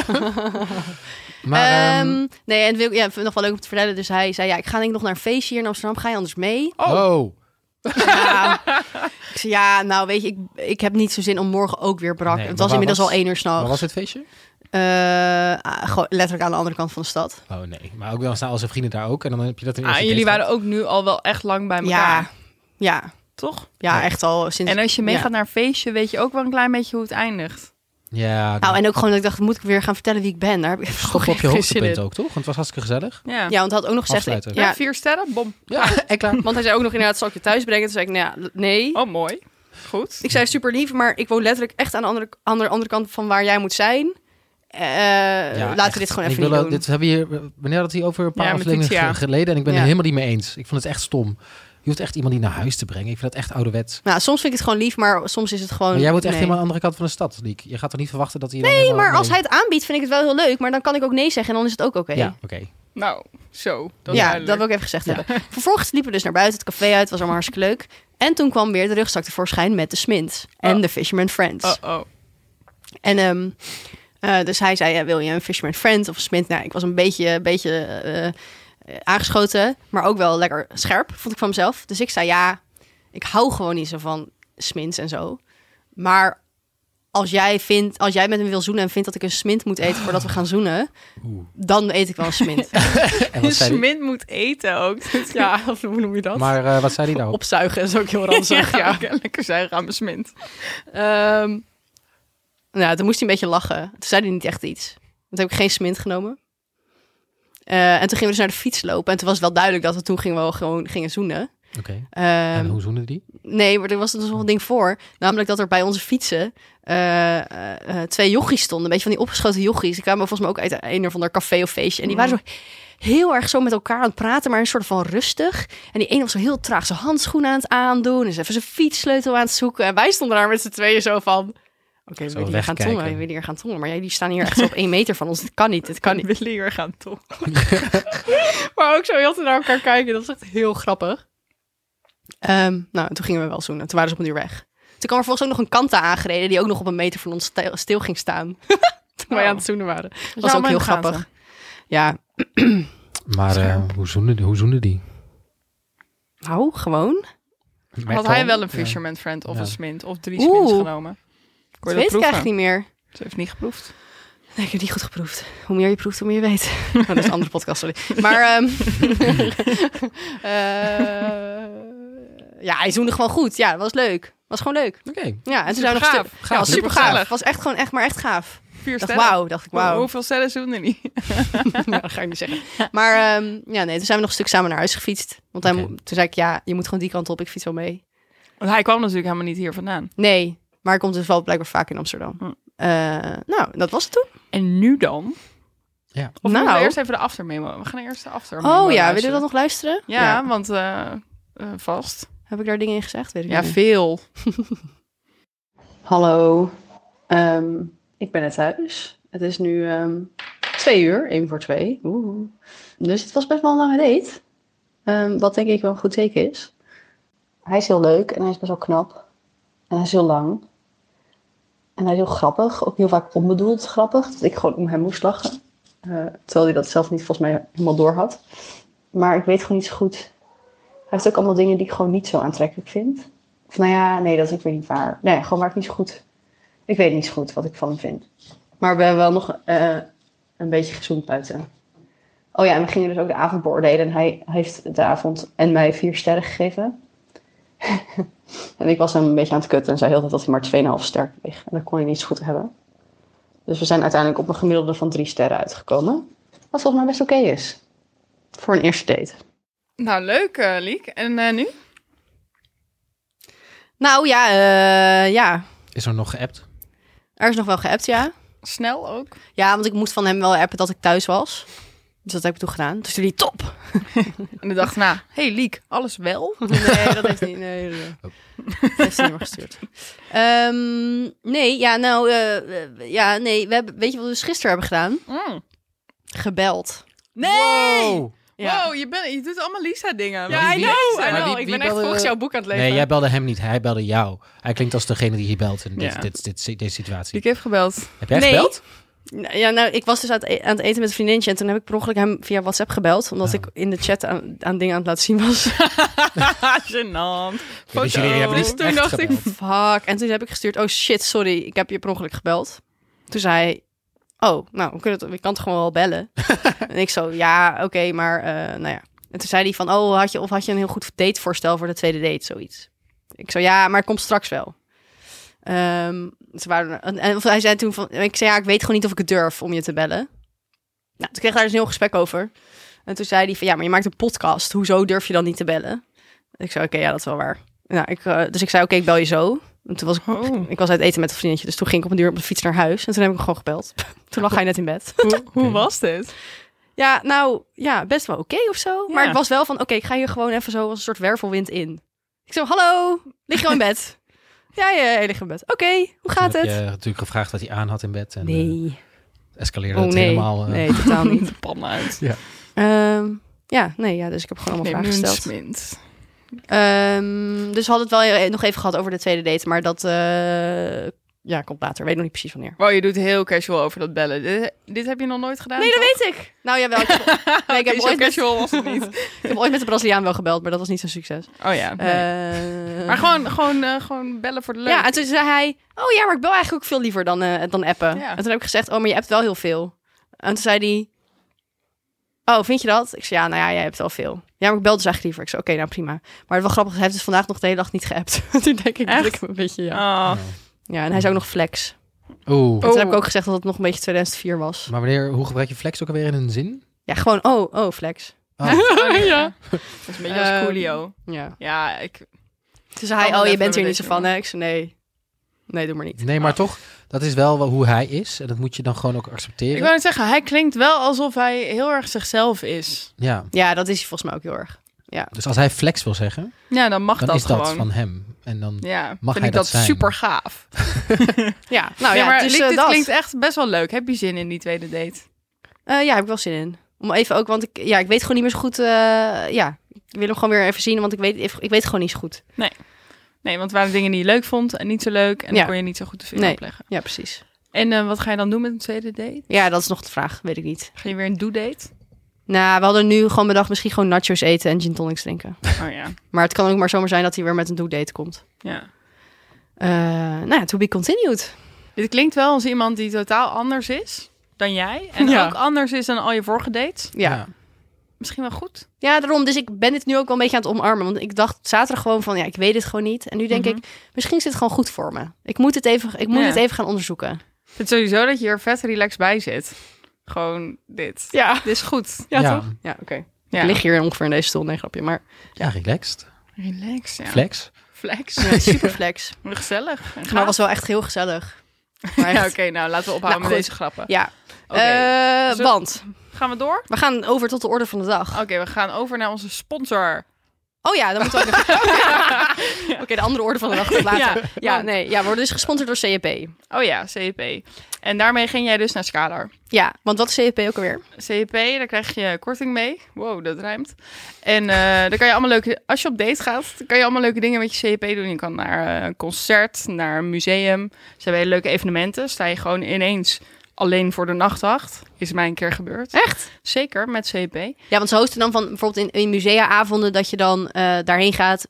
Maar, Nee, en ik vind het nog wel leuk om te vertellen. Dus hij zei, ja, ik ga denk ik nog naar een feestje hier in Amsterdam. Ga je anders mee? oh. Ja. Ik zei, ja, nou weet je, ik heb niet zo zin om morgen ook weer brak. Nee, Het maar was inmiddels waar al 1 uur Waar s'nachts. was het feestje? Gewoon letterlijk aan de andere kant van de stad. Oh nee. Maar ook wel staan als zijn vrienden daar ook. En dan heb je dat in Ah, jullie waren ook nu al wel echt lang bij elkaar. Ja, Toch? ja, echt al sinds... En als je meegaat ja. naar een feestje, weet je ook wel een klein beetje hoe het eindigt. Ja. Nou, en ook gewoon dat ik dacht, moet ik weer gaan vertellen wie ik ben? Daar heb ik Stop op je hoogtepunt ook, toch? Want het was hartstikke gezellig. Ja, Ja, want hij had ook nog gezegd... Afsluiten. ja. Ja, 4 sterren, bom. Ja, en klaar. want hij zei ook nog inderdaad, zal ik je thuis brengen? Toen zei ik, nou ja, nee. Oh, mooi. Goed. Ik zei super lief, maar ik woon letterlijk echt aan de andere kant van waar jij moet zijn. Laten echt. we dit gewoon En even ik niet wil doen. Dit hebben we hier, wanneer had hij over een paar Ja, met Titia. afleveringen geleden. En ik ben Ja. het helemaal niet mee eens. Ik vond het echt stom. Je hoeft echt iemand die naar huis te brengen. Ik vind dat echt ouderwets. Nou, soms vind ik het gewoon lief, maar soms is het gewoon... Maar jij woont echt nee. helemaal aan de andere kant van de stad, Liek. Je gaat toch niet verwachten dat hij... Nee, maar als hij het aanbiedt, vind ik het wel heel leuk. Maar dan kan ik ook nee zeggen en dan is het ook oké. Ja, oké. Nou, zo. Dat is Ja, duidelijk. dat wil ik even gezegd hebben. Vervolgens liepen we dus naar buiten, het café uit. Het was allemaal hartstikke leuk. En toen kwam weer de rugzak tevoorschijn met de Smint. En Oh. de Fisherman Friends. Oh. En dus hij zei, ja, wil je een Fisherman Friend of een Smint? Nou, ik was een beetje aangeschoten, maar ook wel lekker scherp, vond ik van mezelf. Dus ik zei, ja, ik hou gewoon niet zo van Smints en zo. Maar als jij met me wil zoenen en vindt dat ik een Smint moet eten voordat we gaan zoenen, dan eet ik wel een Smint. En wat zei hij? Smint moet eten ook. Ja, of hoe noem je dat? Maar wat zei hij daarop? Opzuigen is ook heel ranzig. Ja, lekker zeggen aan mijn Smint. Nou, toen moest hij een beetje lachen. Toen zei hij niet echt iets. Toen heb ik geen Smint genomen. En toen gingen we dus naar de fiets lopen. En toen was het wel duidelijk dat we toen gewoon gingen zoenen. Oké. En hoe zoenen die? Nee, maar er was dus nog een ding voor. Namelijk dat er bij onze fietsen 2 jochies stonden. Een beetje van die opgeschoten jochies. Die kwamen volgens mij ook uit een of ander café of feestje. En die waren zo heel erg zo met elkaar aan het praten, maar een soort van rustig. En die ene was zo heel traag zijn handschoenen aan het aandoen. En ze even zijn fietssleutel aan het zoeken. En wij stonden daar met z'n tweeën zo van... Oké, we Zo willen hier gaan wegkijken. tongen. We willen hier gaan tongen. Maar jij, die staan hier echt zo op 1 meter van ons. Dit kan niet, dit kan niet. We willen hier gaan toch. Maar ook zo heel te naar elkaar kijken. Dat is echt heel grappig. Nou, en toen gingen we wel zoenen. Toen waren ze op een uur weg. Toen kwam er volgens ook nog een kanta aangereden... die ook nog op 1 meter van ons stil ging staan. Toen wij aan het zoenen waren. Dat was ook heel grappig. Ja. Maar hoe zoenen die? Nou, gewoon. Had hij wel een fisherman friend of Ja. een smint of 3 smints genomen? Dat weet ik eigenlijk niet meer. Ze heeft niet geproefd. Nee, ik heb niet goed geproefd. Hoe meer je proeft, hoe meer je weet. Oh, dat is een andere podcast, sorry. Maar ja, hij zoende gewoon goed. Ja, dat was leuk. Was gewoon leuk. Oké. Ja, en toen zijn we nog Supergaaf. Ja, was super Supergezellig. gaaf. Was echt gewoon echt gaaf. 4 Dacht sterren. dacht ik wauw. Hoeveel sterren zoende niet? Ja, dat ga ik niet zeggen. Maar ja, nee, toen zijn we nog een stuk samen naar huis gefietst. Want hij, Oké. toen zei ik, ja, je moet gewoon die kant op. Ik fiets wel mee. Want hij kwam natuurlijk helemaal niet hier vandaan. Nee, maar hij komt dus wel blijkbaar vaak in Amsterdam. Nou, dat was het toen. En nu dan? Ja. Of Nou. moeten we eerst even de aftermemo? We gaan eerst de aftermemo Oh ja, luisteren. wil je dat nog luisteren? Ja, want vast. Heb ik daar dingen in gezegd? Weet ik Ja, niet. veel. Hallo, ik ben net thuis. Het is nu 2 uur, 1 voor 2. Oeh. Dus het was best wel een lange date. Wat denk ik wel een goed teken is. Hij is heel leuk en hij is best wel knap. En hij is heel lang. En hij is heel grappig, ook heel vaak onbedoeld grappig. Dat ik gewoon om hem moest lachen. Terwijl hij dat zelf niet volgens mij helemaal door had. Maar ik weet gewoon niet zo goed. Hij heeft ook allemaal dingen die ik gewoon niet zo aantrekkelijk vind. Of nou ja, nee, dat is ook weer niet waar. Nee, gewoon waar ik niet zo goed... Ik weet niet zo goed wat ik van hem vind. Maar we hebben wel nog een beetje gezoend buiten. Oh ja, en we gingen dus ook de avond beoordelen. En hij heeft de avond en mij 4 sterren gegeven. En ik was hem een beetje aan het kutten en zei heel dat hij maar 2,5 ster kreeg. En dat kon hij niet zo goed hebben. Dus we zijn uiteindelijk op een gemiddelde van 3 sterren uitgekomen. Wat volgens mij best oké is. Voor een eerste date. Nou, leuk, Liek. En nu? Nou ja, ja. Is er nog geappt? Er is nog wel geappt, ja. Snel ook. Ja, want ik moest van hem wel appen dat ik thuis was. Dus dat heb ik toen gedaan. Toen stuurde hij top. En de dag na, hey Liek, alles wel? Nee, dat heeft niet. Nee, dat heeft hij niet meer gestuurd. Nee, ja, nou, ja, nee. We hebben, weet je wat we dus gisteren hebben gedaan? Gebeld. Nee! Wow. Ja. Wow, je doet allemaal Lisa-dingen. Ja, I wie- know. maar I know. wie- Ik wie ben echt belde- volgens jouw boek aan het lezen. Nee, jij belde hem niet. Hij belde jou. Hij klinkt als degene die hier belt in Ja. deze situatie. Liek heeft gebeld. Heb jij Nee. gebeld? Ja, nou, ik was dus aan het eten met een vriendinnetje. En toen heb ik per ongeluk hem via WhatsApp gebeld. Omdat ik in de chat aan dingen aan het laten zien was. Gênant. Dus jullie hebben niet Toen echt dacht ik, gebeld. fuck. En toen heb ik gestuurd, oh shit, sorry. Ik heb je per ongeluk gebeld. Toen zei hij, oh, nou, ik kan het gewoon wel bellen. En ik zo, ja, oké, maar nou ja. En toen zei hij van, oh, had je een heel goed datevoorstel voor de tweede date, zoiets. Ik zo, ja, maar het komt straks wel. En hij zei toen van, ik zei, ja, ik weet gewoon niet of ik het durf om je te bellen. Nou, toen kreeg ik daar dus een heel gesprek over. En toen zei hij van, ja, maar je maakt een podcast. Hoezo durf je dan niet te bellen? Ik zei, oké, ja, dat is wel waar. Nou, dus ik zei, oké, ik bel je zo. En toen was ik was uit eten met een vriendje. Dus toen ging ik op een duur op de fiets naar huis. En toen heb ik hem gewoon gebeld. Toen lag hij net in bed. Hoe was dit? Ja, nou, ja, best wel oké of zo. Ja. Maar het was wel van, oké, ik ga hier gewoon even zo als een soort wervelwind in. Ik zo, hallo, lig je al in bed? Ja, je ligt in bed. Oké, hoe gaat Heb het? je natuurlijk gevraagd wat hij aan had in bed. En, Nee. escaleerde Oh het nee, helemaal. nee, totaal niet. De pan uit. Ja, dus ik heb gewoon allemaal Neem nu vragen een gesteld. smint. Dus we hadden het wel nog even gehad over de tweede date, maar dat komt later. Weet nog niet precies wanneer. Wow, je doet heel casual over dat bellen. Dit heb je nog nooit gedaan? Nee, dat toch? weet ik. Nou jawel, ik heb, Zo ooit met, casual was het niet. ik heb ooit met de Braziliaan wel gebeld, maar dat was niet zo'n succes. Oh ja. Nee. Maar gewoon bellen voor de leuk. Ja, en toen zei hij, oh ja, maar ik bel eigenlijk ook veel liever dan appen. Ja. En toen heb ik gezegd, oh, maar je appt wel heel veel. En toen zei hij, oh, vind je dat? Ik zei, ja, nou ja, jij hebt wel veel. Ja, maar ik bel dus eigenlijk liever. Ik zei, oké, nou prima. Maar het was grappig, hij heeft dus vandaag nog de hele dag niet geappt. Toen denk ik dat ik hem een beetje, ja. Oh. Ja, en hij is ook nog flex. Oeh. En toen heb ik ook gezegd dat het nog een beetje 2004 was. Maar hoe gebruik je flex ook alweer in een zin? Ja, gewoon, oh, flex. Oh. Ja. Dat is een beetje als Coolio. Ja. Ja, Toen zei hij, Kan wel oh, je even bent hier een niet zo beetje van, hè? Ik zei, nee, doe maar niet. Nee, maar toch, dat is wel hoe hij is. En dat moet je dan gewoon ook accepteren. ik wou net zeggen, hij klinkt wel alsof hij heel erg zichzelf is. Ja, Ja, dat is hij volgens mij ook heel erg. Ja. dus als hij flex wil zeggen, Ja, dan mag dan dat is dat gewoon. van hem. En dan Ja, mag vind hij ik dat zijn. super gaaf. Ja, nou Ja, ja, maar dus, Liek, dit dat. klinkt echt best wel leuk. Heb je zin in die tweede date? Ja, heb ik wel zin in. Om even ook, want ik weet gewoon niet meer zo goed. Ik wil hem gewoon weer even zien, want ik weet gewoon niet zo goed. Nee, want het waren dingen die je leuk vond en niet zo leuk. En dan kon je niet zo goed de vinger Nee. opleggen. Ja, precies. En wat ga je dan doen met een tweede date? Ja, dat is nog de vraag. Weet ik niet. Ga je weer een do-date? Nou, we hadden nu gewoon bedacht misschien gewoon nachos eten en gin tonics drinken. Oh ja. Maar het kan ook maar zomaar zijn dat hij weer met een do-date komt. Ja. To be continued. Dit klinkt wel als iemand die totaal anders is dan jij. En Ja. ook anders is dan al je vorige dates. Ja. Misschien wel goed. Ja, daarom. Dus ik ben dit nu ook wel een beetje aan het omarmen. Want ik dacht zaterdag gewoon van, ik weet het gewoon niet. En nu denk ik, misschien is dit gewoon goed voor me. Ik moet het even gaan onderzoeken. Ik vind sowieso dat je er vet relaxed bij zit. Gewoon dit. Ja. Dit is goed. Ja, toch? Ja, oké. Ja. Ik lig hier ongeveer in deze stoel. Nee, grapje. Maar Ja, relaxed. Relax, ja. Flex. Flex. super flex. Gezellig. En Maar gaaf. het was wel echt heel gezellig. Maar Ja, echt- oké. Nou, laten we ophouden Nou, met goed. deze grappen. Ja. Oké. Zo- Want Gaan we door? we gaan over tot de orde van de dag. Oké, we gaan over naar onze sponsor. Oh ja, dan moeten we ook even... Oké, de andere orde van de dag komt later. Ja, We worden dus gesponsord door CEP. Oh ja, CEP. En daarmee ging jij dus naar Scalar. Ja, want wat is CEP ook alweer? CEP, daar krijg je korting mee. Wow, dat rijmt. En dan kan je allemaal leuke... Als je op date gaat, dan kan je allemaal leuke dingen met je CEP doen. Je kan naar een concert, naar een museum. Ze hebben hele leuke evenementen. Sta je gewoon ineens alleen voor de nachtwacht. Is mij een keer gebeurd. Echt? Zeker, met CEP. Ja, want ze hosten dan van bijvoorbeeld in museaavonden dat je dan daarheen gaat,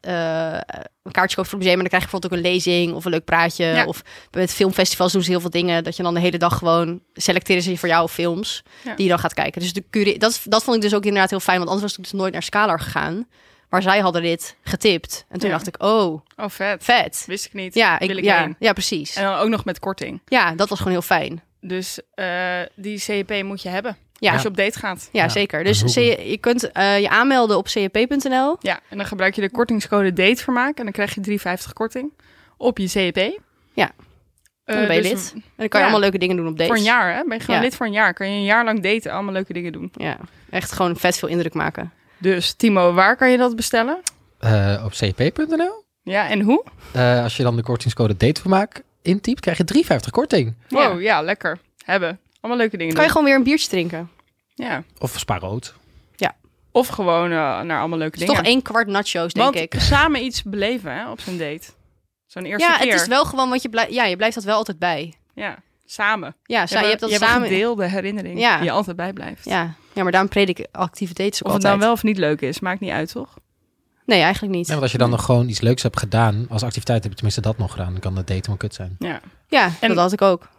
een kaartje koopt voor het museum en dan krijg je bijvoorbeeld ook een lezing of een leuk praatje. Ja. Of met filmfestivals doen ze heel veel dingen dat je dan de hele dag gewoon selecteren ze voor jou films die je dan gaat kijken. Dus dat vond ik dus ook inderdaad heel fijn, want anders was ik dus nooit naar Scalar gegaan. Maar zij hadden dit getipt. En toen dacht ik, Oh, vet. vet. Wist ik niet. Ja, Wil ik heen. ja, precies. En dan ook nog met korting. Ja, dat was gewoon heel fijn. Dus die CEP moet je hebben. Ja. Als je op date gaat. Ja, Ja, zeker. Dus dat is je kunt je aanmelden op cep.nl. Ja, en dan gebruik je de kortingscode DATEVERMAAK. En dan krijg je 3,50 korting op je CEP. Ja. Dan ben je dus lid. En dan kan je allemaal leuke dingen doen op dates. Voor een jaar, hè? Ben je gewoon Ja. lid voor een jaar. Kan je een jaar lang daten, allemaal leuke dingen doen. Ja, echt gewoon vet veel indruk maken. Dus Timo, waar kan je dat bestellen? Op cp.nl. Ja, en hoe? Als je dan de kortingscode datevermaak intypt, krijg je 3,50 korting. Wow, ja, lekker. Hebben. Allemaal leuke dingen Kan je doen. gewoon weer een biertje drinken. Ja. Of spaarrood. Of gewoon naar allemaal leuke Het is dingen. toch 1 kwart nachos, denk Want ik. samen iets beleven, hè, op zo'n date. Zo'n eerste Ja, keer. het is wel gewoon, want je blijft dat wel altijd bij. Ja, samen. Ja, je hebt dat samen. een gedeelde herinnering Ja. die je altijd bijblijft. Ja, maar daarom predik ik actieve dates ook Of het altijd. nou wel of niet leuk is, maakt niet uit, toch? Nee, eigenlijk niet. Nee, want als je dan nog gewoon iets leuks hebt gedaan, als activiteit heb je tenminste dat nog gedaan, dan kan dat daten wel kut zijn. Ja. Ja, En- dat had ik ook.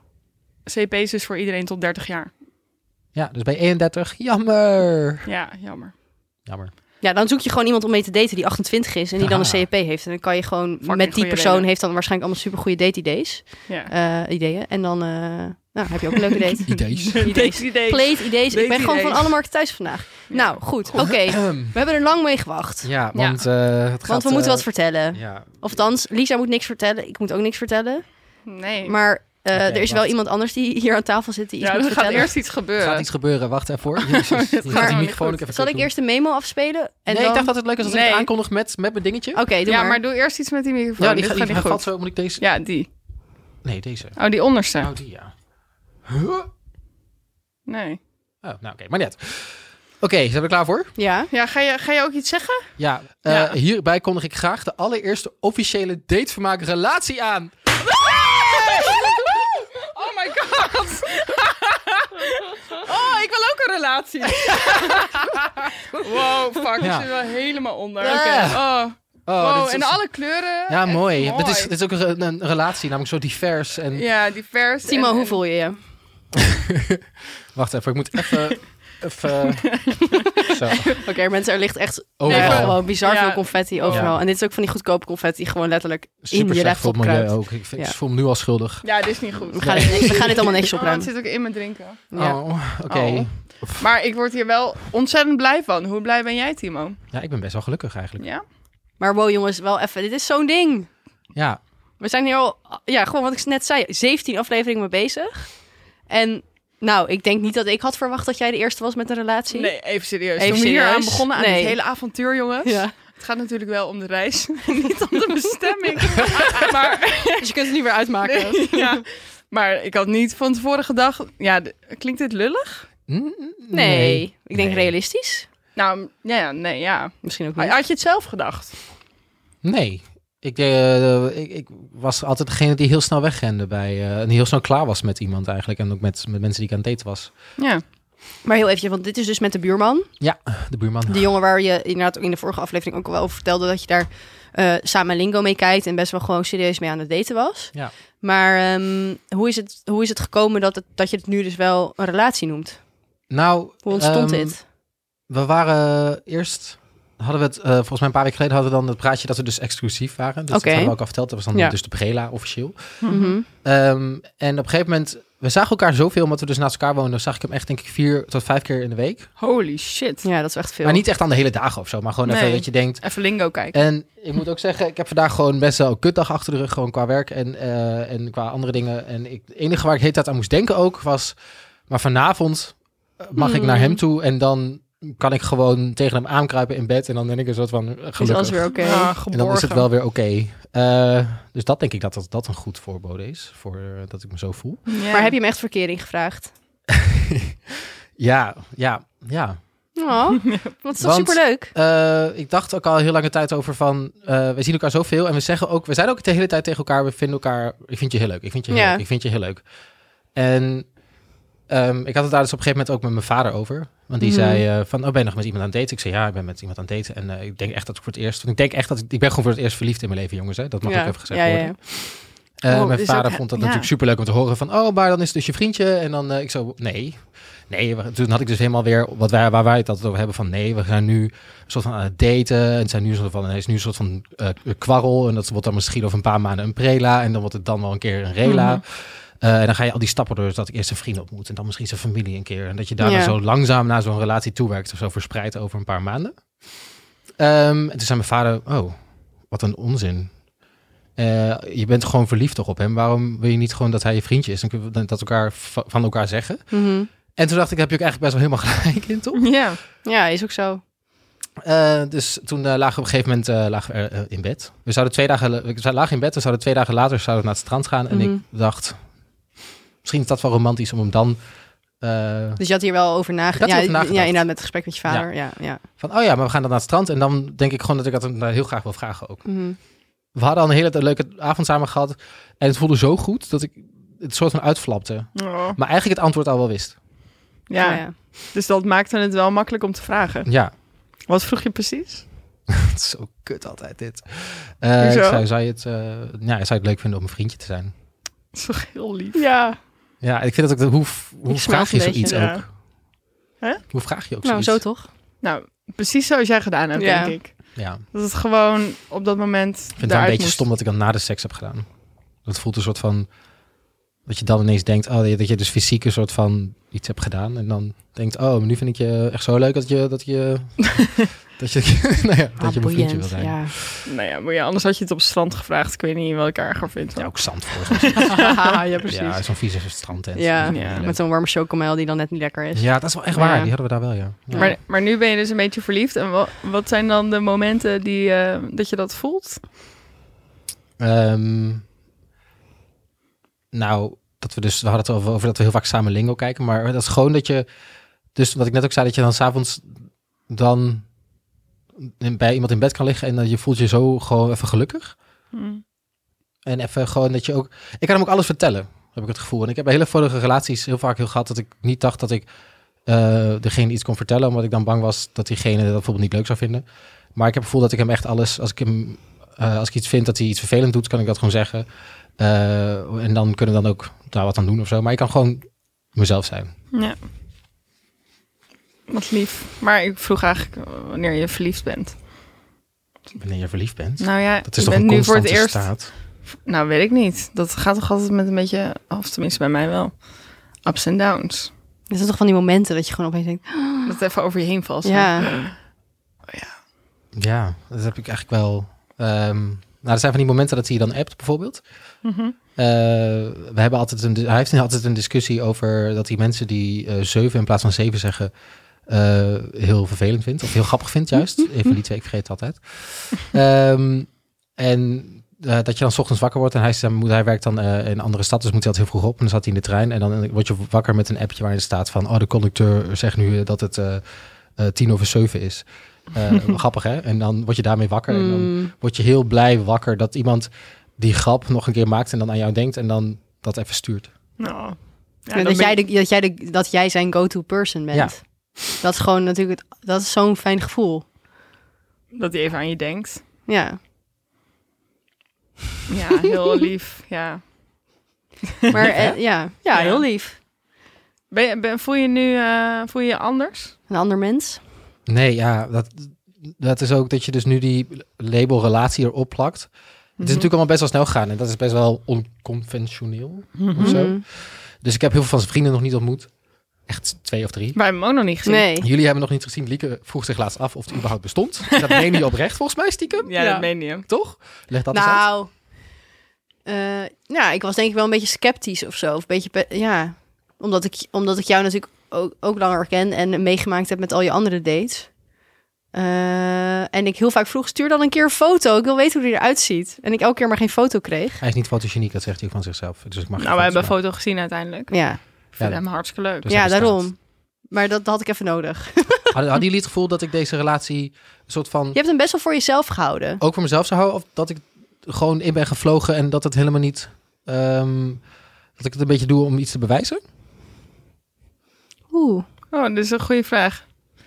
CP is dus voor iedereen tot 30 jaar. Ja, dus bij 31, jammer. Ja, jammer. Jammer. Ja, dan zoek je gewoon iemand om mee te daten die 28 is en die dan een CEP heeft. En dan kan je gewoon met die goeie persoon reden. heeft dan waarschijnlijk allemaal super goede date-idees. Ja. Ideeën. En dan heb je ook een leuke date. Idees. Idee. Plate idees. Ik ben gewoon Date-idees. van alle markten thuis vandaag. Nou, goed. Oké. We hebben er lang mee gewacht. Ja, want het gaat... Want we moeten wat vertellen. Ja, Of althans, Lisa moet niks vertellen. Ik moet ook niks vertellen. Nee. Maar er is wel wacht. iemand anders die hier aan tafel zit die iets ja, moet er gaat vertellen. eerst iets er gebeuren. gaat iets gebeuren. Wacht even hoor. Jezus. Je gaat die niet microfoon goed. ook even Zal ik doen. eerst de memo afspelen? En Nee, dan... ik dacht dat het leuk is als ik Nee. het aankondig met mijn dingetje. Oké, doe Ja, maar. maar doe eerst iets met die microfoon. Ja, Dit gaat niet valt goed. zo. Moet ik deze... Ja, die. Nee, deze. Oh, die onderste. Oh, die ja. Huh? Nee. Oh, nou oké, maar net. Oké, zijn we er klaar voor? Ja? Ja, ga je ook iets zeggen? Ja, Ja. hierbij kondig ik graag de allereerste officiële datevermaak relatie aan. Oh my god. Oh, ik wil ook een relatie. Wow, fuck. Ja. Ik zit wel helemaal onder. Ja. Oké. Oh. Oh, Wow, dit is- en alle kleuren. Ja, Echt mooi. Dit is ook een relatie, namelijk zo divers. En... Ja, divers. Timo, en- hoe voel je je? Wacht even, ik moet even... Zo. Oké, mensen, er ligt echt Overal. gewoon bizar Ja. veel confetti overal. Ja. En dit is ook van die goedkope confetti, gewoon letterlijk in Super je slecht voor laptop het milieu kruipt. ook. Ik Ja. voel me nu al schuldig. Ja, dit is niet goed. We gaan dit allemaal netjes Oh, het opruimen. zit ook in mijn drinken. Ja. Oh, oké. Oh. Maar ik word hier wel ontzettend blij van. Hoe blij ben jij, Timo? Ja, ik ben best wel gelukkig eigenlijk. Ja? Maar wow, jongens, wel even. Dit is zo'n ding. Ja, We zijn hier al, ja, gewoon wat ik net zei, 17 afleveringen mee bezig. En nou, ik denk niet dat ik had verwacht dat jij de eerste was met een relatie. Nee, even serieus. Even Toen we hier serieus? aan begonnen aan Nee. dit hele avontuur, jongens. Ja. Het gaat natuurlijk wel om de reis en niet om de bestemming. Maar, Dus je kunt het niet weer uitmaken. nee, ja. Maar ik had niet van tevoren gedacht... Ja, klinkt dit lullig? Nee, ik denk realistisch. Nou, ja. Misschien ook niet. Had je het zelf gedacht? Nee. Ik was altijd degene die heel snel wegrende en die heel snel klaar was met iemand eigenlijk. En ook met mensen die ik aan het daten was. Ja. Maar heel eventjes, want dit is dus met de buurman. Ja, de buurman. De jongen waar je inderdaad in de vorige aflevering ook al wel over vertelde... dat je daar samen Lingo mee kijkt... en best wel gewoon serieus mee aan het daten was. Ja. Maar hoe is het gekomen dat je het nu dus wel een relatie noemt? Nou, Hoe ontstond dit? We waren eerst... Hadden we het, volgens mij een paar weken geleden hadden we dan het praatje dat we dus exclusief waren. Dus dat hebben we ook al verteld. Dat was dan dus de Prela officieel. Mm-hmm. En op een gegeven moment, we zagen elkaar zoveel, omdat we dus naast elkaar woonden, zag ik hem echt denk ik 4 tot 5 keer in de week. Holy shit. Ja, dat is echt veel. Maar niet echt aan de hele dagen of zo, maar gewoon even dat je denkt. Even Lingo kijken. En ik moet ook zeggen, ik heb vandaag gewoon best wel een kutdag achter de rug, gewoon qua werk en qua andere dingen. En het enige waar ik de hele tijd aan moest denken ook was, maar vanavond mag ik naar hem toe en dan kan ik gewoon tegen hem aankruipen in bed en dan ben ik een soort van gelukkig. Is alles weer oké. En dan is het wel weer oké. Dus dat denk ik dat een goed voorbode is voor dat ik me zo voel. Ja. Maar heb je hem echt verkering gevraagd? Ja. Oh, dat is toch superleuk? Ik dacht ook al heel lange tijd over van, we zien elkaar zoveel en we zeiden ook de hele tijd tegen elkaar, we vinden elkaar, ik vind je heel leuk, ik vind je heel leuk, ik vind je heel leuk. En ik had het daar dus op een gegeven moment ook met mijn vader over. Want die zei van, ben je nog met iemand aan het daten? Ik zei, ja, ik ben met iemand aan het daten. En ik denk echt dat ik voor het eerst... Ik ben gewoon voor het eerst verliefd in mijn leven, jongens. Hè? Dat mag ook even gezegd worden. Ja. Mijn vader vond dat natuurlijk superleuk om te horen van, maar dan is het dus je vriendje. En dan ik zo, nee. Toen had ik dus helemaal weer, waar wij het altijd over hebben van, nee, we zijn nu een soort van aan het daten. En het is nu een soort van kwarrel. En dat wordt dan misschien over een paar maanden een prela. En dan wordt het dan wel een keer een rela. Mm-hmm. En dan ga je al die stappen door, dat ik eerst een vriend ontmoet en dan misschien zijn familie een keer. En dat je daarna zo langzaam naar zo'n relatie toewerkt of zo verspreid over een paar maanden. En toen zei mijn vader, wat een onzin. Je bent gewoon verliefd toch op hem? Waarom wil je niet gewoon dat hij je vriendje is? Dan kunnen we dat elkaar van elkaar zeggen. Mm-hmm. En toen dacht ik, heb je ook eigenlijk best wel helemaal gelijk in, toch? Ja, is ook zo. Dus toen lagen we op een gegeven moment in bed. We lagen in bed, we zouden 2 dagen later naar het strand gaan. En ik dacht, misschien is dat wel romantisch om hem dan... Dus je had hier wel over nagedacht? Ja, inderdaad met het gesprek met je vader. Ja. Van, maar we gaan dan naar het strand. En dan denk ik gewoon dat ik dat hem heel graag wil vragen ook. Mm-hmm. We hadden al een hele leuke avond samen gehad. En het voelde zo goed dat ik het soort van uitflapte. Oh. Maar eigenlijk het antwoord al wel wist. Ja, dus dat maakte het wel makkelijk om te vragen. Ja. Wat vroeg je precies? Het is zo kut altijd dit. Ik zei, zou je het leuk vinden om een vriendje te zijn? Dat is toch heel lief? Ja. Ja, ik vind het ook, hoe vraag je zoiets ook? Hè? Hoe vraag je ook zoiets? Nou, zo toch? Nou, precies zoals jij gedaan hebt, denk ik. Ja. Dat het gewoon op dat moment ik vind het wel een beetje stom dat ik dan na de seks heb gedaan. Dat voelt een soort van... Dat je dan ineens denkt, dat je dus fysiek een soort van iets hebt gedaan. En dan denkt, nu vind ik je echt zo leuk dat je dat je mijn vriendje wil zijn. Ja. Nou ja, maar anders had je het op het strand gevraagd. Ik weet niet wat ik erger vind. Ja, ook zand voor. Ja, precies. Ja, zo'n vieze strandtent. Ja, met zo'n warme chocomel die dan net niet lekker is. Ja, dat is wel echt waar. Die hadden we daar wel, ja. Maar nu ben je dus een beetje verliefd. En wat zijn dan de momenten dat je dat voelt? Nou, we hadden het over dat we heel vaak samen Lingo kijken. Maar dat is gewoon dat je... Dus wat ik net ook zei, dat je dan 's avonds dan bij iemand in bed kan liggen en dan je voelt je zo gewoon even gelukkig. En even gewoon dat je ook... Ik kan hem ook alles vertellen, heb ik het gevoel. En ik heb bij hele vorige relaties heel vaak gehad dat ik niet dacht dat ik degene iets kon vertellen, omdat ik dan bang was dat diegene dat bijvoorbeeld niet leuk zou vinden. Maar ik heb het gevoel dat ik hem echt alles... Als ik iets vind dat hij iets vervelend doet, kan ik dat gewoon zeggen. En dan kunnen we dan ook daar wat aan doen of zo. Maar ik kan gewoon mezelf zijn. Ja. Wat lief. Maar ik vroeg eigenlijk wanneer je verliefd bent. Wanneer je verliefd bent? Nou ja, dat is toch een nu voor het constante eerst staat? Nou, weet ik niet. Dat gaat toch altijd met een beetje, of tenminste bij mij wel, ups en downs. Er zijn toch van die momenten dat je gewoon opeens denkt... Dat het even over je heen valt. Ja. Ja, dat heb ik eigenlijk wel... er zijn van die momenten dat hij dan appt, bijvoorbeeld. Mm-hmm. Hij heeft altijd een discussie over dat die mensen die 7 in plaats van 7 zeggen... heel vervelend vindt. Of heel grappig vindt juist. Een van die twee, ik vergeet het altijd. Dat je dan 's ochtends wakker wordt en hij werkt dan in een andere stad, dus moet hij altijd heel vroeg op. En dan zat hij in de trein en dan word je wakker met een appje waarin staat van, de conducteur zegt nu dat het 6:50 is. Grappig, hè? En dan word je daarmee wakker en dan word je heel blij wakker dat iemand die grap nog een keer maakt en dan aan jou denkt en dan dat even stuurt. Nou, ja, En dat jij zijn go-to person bent. Ja. Dat is gewoon natuurlijk, dat is zo'n fijn gevoel. dat hij even aan je denkt. Ja. Ja, heel lief. Ja. Maar ja, heel lief. Voel je je anders? Een ander mens. Nee, ja, dat is ook dat je dus nu die label relatie erop plakt. Het is natuurlijk allemaal best wel snel gegaan en dat is best wel onconventioneel of zo. Dus ik heb heel veel van zijn vrienden nog niet ontmoet. Echt 2 of 3. Wij hebben hem ook nog niet gezien. Nee. Jullie hebben nog niet gezien. Lieke vroeg zich laatst af of het überhaupt bestond. Dat meen je oprecht volgens mij, stiekem. Ja, dat meen je. Toch? Leg dat eens uit. Ik was denk ik wel een beetje sceptisch of zo. Of een beetje, omdat ik jou natuurlijk ook langer ken en meegemaakt heb met al je andere dates. En ik heel vaak vroeg, stuur dan een keer een foto. Ik wil weten hoe die eruit ziet. En ik elke keer maar geen foto kreeg. Hij is niet fotogeniek, dat zegt hij van zichzelf. Dus ik mag We hebben een foto gezien uiteindelijk. Ja, Ik vind hem hartstikke leuk. Dus ja, hij bestaat. daarom. Maar dat had ik even nodig. Hadden jullie het gevoel dat ik deze relatie een soort van... Je hebt hem best wel voor jezelf gehouden. ook voor mezelf zou houden? Of dat ik gewoon in ben gevlogen en dat het helemaal niet... dat ik het een beetje doe om iets te bewijzen? Oeh. Oh, dat is een goede vraag.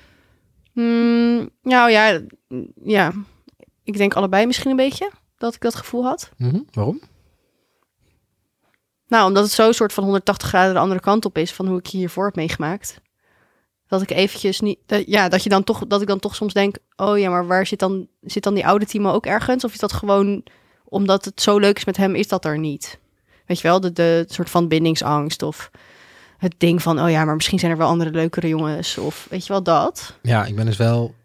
Nou ja. Ik denk allebei misschien een beetje dat ik dat gevoel had. Waarom? Nou, omdat het zo soort van 180 graden de andere kant op is van hoe ik je hiervoor heb meegemaakt. Dat ik eventjes niet... dat ik dan toch soms denk, oh ja, maar waar zit dan die oude Timo ook ergens? Of is dat gewoon omdat het zo leuk is met hem, is dat er niet? Weet je wel, de soort van bindingsangst of het ding van, oh ja, maar misschien zijn er wel andere leukere jongens. Of weet je wel, dat. Ja, ik ben dus wel...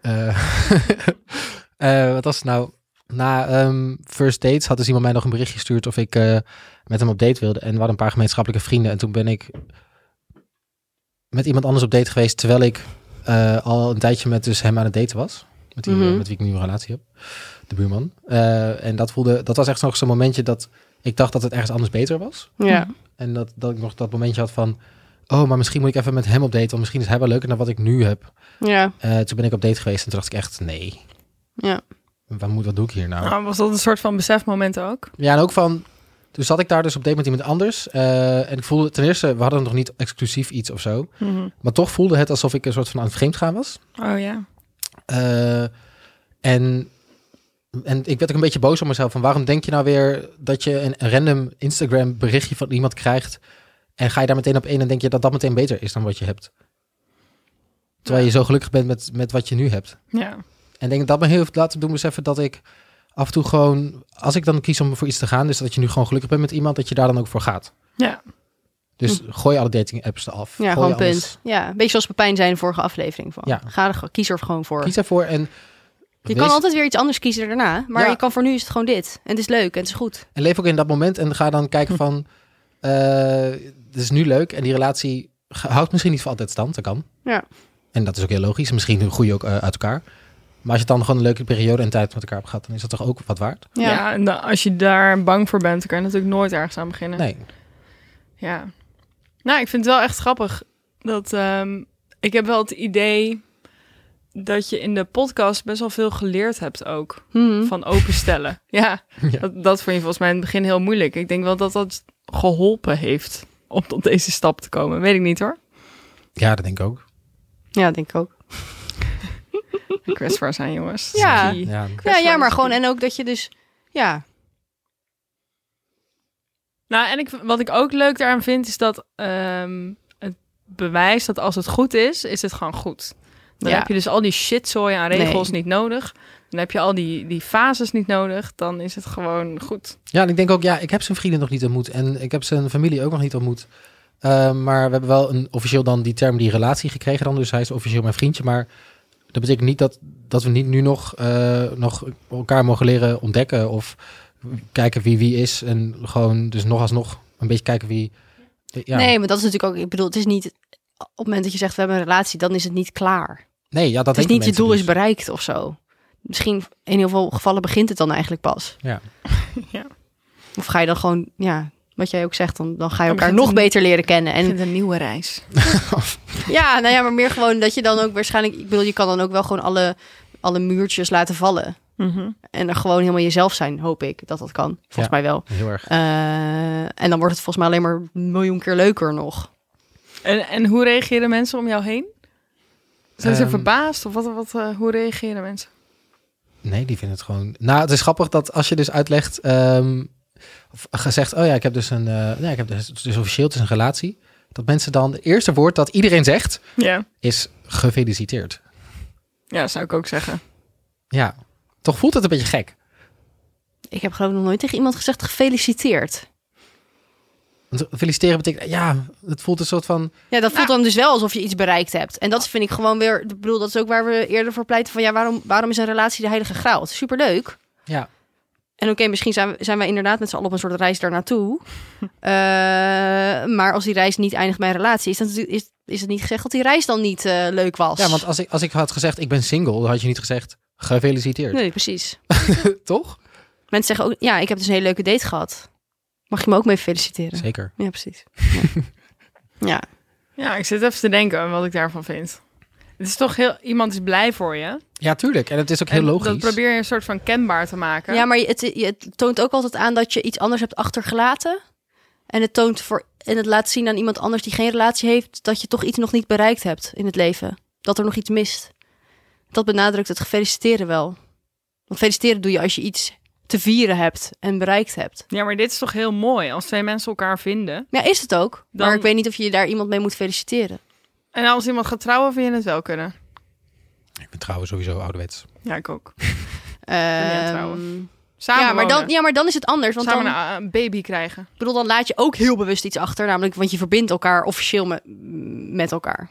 wat was het nou? Na first dates had dus iemand mij nog een berichtje gestuurd of ik met hem op date wilde. En we hadden een paar gemeenschappelijke vrienden. En toen ben ik met iemand anders op date geweest, terwijl ik al een tijdje met dus hem aan het daten was. Met wie ik nu een relatie heb. De buurman. En dat was echt nog zo'n momentje dat ik dacht dat het ergens anders beter was. Ja. En dat ik nog dat momentje had van, oh, maar misschien moet ik even met hem op date. Want misschien is hij wel leuker dan wat ik nu heb. Ja. Toen ben ik op date geweest en toen dacht ik echt, nee. Ja. Wat doe ik hier nou? Was dat een soort van besefmoment ook? Ja, en ook van... Toen zat ik daar dus op date met iemand anders. En ik voelde ten eerste... We hadden nog niet exclusief iets of zo. Maar toch voelde het alsof ik een soort van aan het vreemd gaan was. Oh ja. En ik werd ook een beetje boos op mezelf. Van waarom denk je nou weer dat je een random Instagram berichtje van iemand krijgt... en ga je daar meteen op in en denk je dat dat meteen beter is dan wat je hebt. Terwijl je zo gelukkig bent met wat je nu hebt. Ja. En denk dat me heel heeft laten doen beseffen dat ik af en toe gewoon, als ik dan kies om voor iets te gaan, dus dat je nu gewoon gelukkig bent met iemand, dat je daar dan ook voor gaat. Ja. Dus gooi alle dating apps eraf. Ja, Gooi gewoon alles. punt. Ja, een beetje zoals Pepijn zei in de vorige aflevering. Van. Ja. Kies er gewoon voor. Kies ervoor en Je kan altijd weer iets anders kiezen daarna. Maar Ja. je kan voor nu is het gewoon dit. En het is leuk en het is goed. En leef ook in dat moment en ga dan kijken van, het is nu leuk en die relatie houdt misschien niet voor altijd stand, dat kan. Ja. En dat is ook heel logisch. Misschien groei je ook uit elkaar. Maar als je dan gewoon een leuke periode en tijd met elkaar hebt gehad, dan is dat toch ook wat waard? Ja, en als je daar bang voor bent, dan kan je natuurlijk nooit ergens aan beginnen. Nee. Ja. Nou, ik vind het wel echt grappig dat ik heb wel het idee dat je in de podcast best wel veel geleerd hebt ook. Van openstellen. Ja, Ja. dat vond je volgens mij in het begin heel moeilijk. Ik denk wel dat dat geholpen heeft om tot deze stap te komen. Weet ik niet hoor. Ja, dat denk ik ook. Ja, denk ik ook. Kwetsbaar zijn jongens. Ja. Key. Ja. Ja, maar gewoon en ook dat je dus... Ja, Nou, en wat ik ook leuk daaraan vind, is dat het bewijs dat als het goed is het gewoon goed. Dan Ja. heb je dus al die shitzooi aan regels Nee. niet nodig. Dan heb je al die fases niet nodig. Dan is het gewoon goed. Ja, en ik denk ook, ik heb zijn vrienden nog niet ontmoet. En ik heb zijn familie ook nog niet ontmoet. Maar we hebben wel officieel dan die term, die relatie gekregen dan. Dus hij is officieel mijn vriendje. Maar dat betekent niet dat we niet nu nog elkaar mogen leren ontdekken. Of kijken wie is. En gewoon dus nog alsnog een beetje kijken wie... Ja. nee, maar dat is natuurlijk ook... Ik bedoel, het is niet... op het moment dat je zegt we hebben een relatie, dan is het niet klaar. Nee, ja, dat Het is niet je denken doel mensen is bereikt of zo. Misschien in heel veel gevallen begint het dan eigenlijk pas. Ja. Ja. Of ga je dan gewoon, ja, wat jij ook zegt, dan ga je elkaar begint nog een- beter leren kennen. Ik En vind het een nieuwe reis. ja, nou ja, maar meer gewoon dat je dan ook waarschijnlijk, ik bedoel, je kan dan ook wel gewoon alle muurtjes laten vallen. En er gewoon helemaal jezelf zijn, hoop ik dat kan. Volgens mij wel. Heel erg. En dan wordt het volgens mij alleen maar een miljoen keer leuker nog. En hoe reageren mensen om jou heen? Zijn ze Ehm, verbaasd? Of hoe reageren mensen? Nee, die vinden het gewoon... Nou, het is grappig dat als je dus uitlegt... of gezegd, oh ja, ik heb dus dus officieel, het is een relatie. Dat mensen dan... Het eerste woord dat iedereen zegt, Ja. is gefeliciteerd. Ja, zou ik ook zeggen. Ja, toch voelt het een beetje gek. Ik heb geloof ik nog nooit tegen iemand gezegd gefeliciteerd. Want feliciteren betekent... Ja, het voelt een soort van... Ja, dat voelt dan dus wel alsof je iets bereikt hebt. En dat vind ik gewoon weer... Ik bedoel, dat is ook waar we eerder voor pleiten van... Ja, waarom is een relatie de heilige graal? Het is superleuk. Ja, En oké, misschien zijn wij inderdaad met z'n allen op een soort reis daar naartoe. Maar als die reis niet eindigt bij een relatie... is het niet gezegd dat die reis dan niet leuk was. ja, want als ik had gezegd, ik ben single... dan had je niet gezegd, gefeliciteerd. Nee, precies. Toch? Mensen zeggen ook... Ja, ik heb dus een hele leuke date gehad. Mag je me ook mee feliciteren? Zeker. Ja, precies. Ja. Ja, ik zit even te denken wat ik daarvan vind. Het is toch iemand is blij voor je. Ja, tuurlijk. En het is ook heel En logisch. Dat probeer je een soort van kenbaar te maken. Ja, maar het toont ook altijd aan dat je iets anders hebt achtergelaten. En het laat zien aan iemand anders die geen relatie heeft... dat je toch iets nog niet bereikt hebt in het leven. Dat er nog iets mist. Dat benadrukt het feliciteren wel. Want feliciteren doe je als je iets te vieren hebt en bereikt hebt. Ja, maar dit is toch heel mooi als twee mensen elkaar vinden. Ja, is het ook. Dan- Maar ik weet niet of je daar iemand mee moet feliciteren. En als iemand gaat trouwen, vind je het wel kunnen. Ik ben trouwens sowieso ouderwets. Ja, ik ook. Ehm, trouwen? Samen maar dan is het anders. Want samen dan, een baby krijgen. ik bedoel, dan laat je ook heel bewust iets achter. Namelijk, want je verbindt elkaar officieel met elkaar.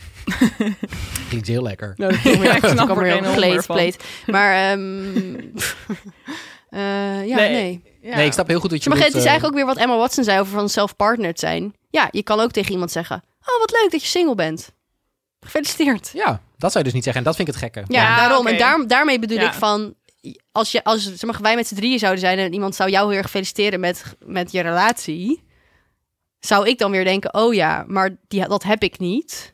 Klinkt heel lekker. Nou, dat Ja, ik snap er geen honderd van. pleet. Maar nee. Ja. Nee, ik snap heel goed wat je Maar het bedoelt, is eigenlijk ook weer wat Emma Watson zei over van self-partnered zijn. Ja, je kan ook tegen iemand zeggen... Oh, wat leuk dat je single bent. Gefeliciteerd. Ja, dat zou je dus niet zeggen. En dat vind ik het gekke. Ja, daarom. oké. En daarmee bedoel Ja. ik van... Als zeg maar, wij met z'n drieën zouden zijn... en iemand zou jou heel erg feliciteren met je relatie... zou ik dan weer denken... Oh ja, maar dat heb ik niet.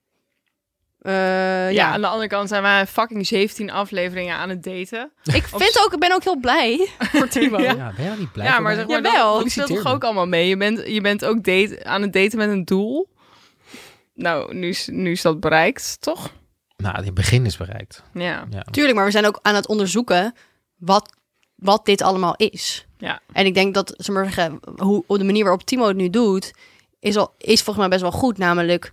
Ja, aan de andere kant zijn wij fucking 17 afleveringen aan het daten. Ik ben ook heel blij voor Timo. Ja, ben je dan niet blij Ja, voor maar mij? zeg maar, Jawel. dat speelt Feliciteer toch me. ook allemaal mee. Je bent ook aan het daten met een doel. Nou, nu is dat bereikt, toch? Nou, het begin is bereikt. Ja. Ja. Tuurlijk, maar we zijn ook aan het onderzoeken... wat dit allemaal is. Ja. En ik denk dat, zeg maar zeggen, de manier waarop Timo het nu doet... is volgens mij best wel goed. Namelijk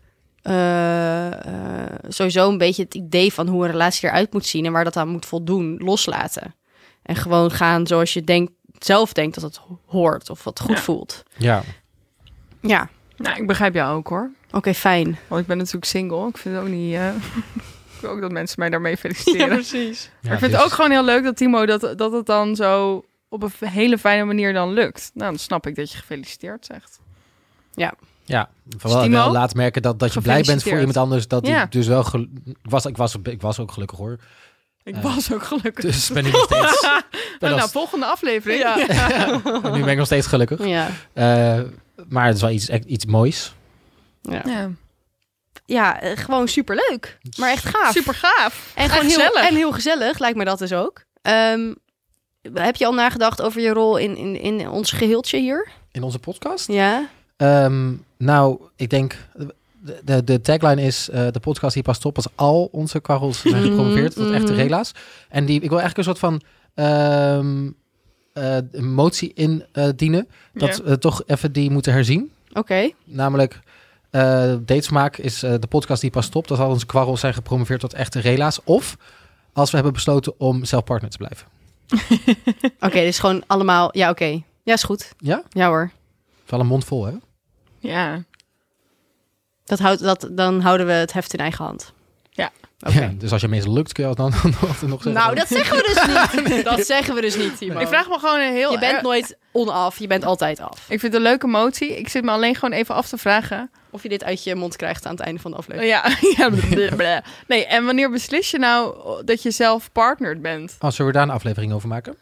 sowieso een beetje het idee van hoe een relatie eruit moet zien... en waar dat aan moet voldoen, loslaten. En gewoon gaan zoals je zelf denkt dat het hoort of wat goed Ja. voelt. Ja. Ja, Nou, ik begrijp jou ook hoor. oké, fijn. Want ik ben natuurlijk single. Ik vind het ook niet... ik wil ook dat mensen mij daarmee feliciteren. precies. Maar ik vind het ook gewoon heel leuk dat Timo dat het dan zo op een hele fijne manier dan lukt. Nou, dan snap ik dat je gefeliciteerd zegt. Ja, vooral Timo? wel laten merken dat je blij bent voor Gefeliciteerd. iemand anders. Dat Ja. die dus wel... Ik was ook gelukkig hoor. Ik was ook gelukkig. Dus ben ik nog steeds... Nou, volgende aflevering. Nu ben ik nog steeds gelukkig. Ja. Maar het is wel iets moois. Ja. Ja, gewoon superleuk. Maar echt gaaf. Super gaaf. En gewoon gezellig. heel gezellig, lijkt me dat dus ook. Heb je al nagedacht over je rol in ons geheeltje hier? In onze podcast? Ja. Nou, ik denk... De tagline is... de podcast die pas top als al onze kwarrels zijn gepromoveerd. Tot echte rela's. En ik wil eigenlijk een soort van... motie indienen. Dat we toch even die moeten herzien. Oké. Namelijk... Datesmaak is de podcast die pas stopt. Dat al onze kwarrels zijn gepromoveerd tot echte rela's. Of als we hebben besloten om zelfpartner te blijven. Oké, dus gewoon allemaal... Ja, oké. Ja, is goed. Ja? Ja hoor. Het is wel een mond vol, hè? Ja. Dan houden we het heft in eigen hand. Oké. Ja, dus als je meestal lukt, kun je dan nog zeggen. Nou, dat zeggen we dus niet. Dat zeggen we dus niet, Timo. Ik vraag me gewoon Je bent nooit onaf, je bent altijd af. Ik vind het een leuke motie. Ik zit me alleen gewoon even af te vragen. Of je dit uit je mond krijgt aan het einde van de aflevering. Ja, blablabla. Nee, en wanneer beslis je nou dat je zelf partnered bent? Zullen we daar een aflevering over maken?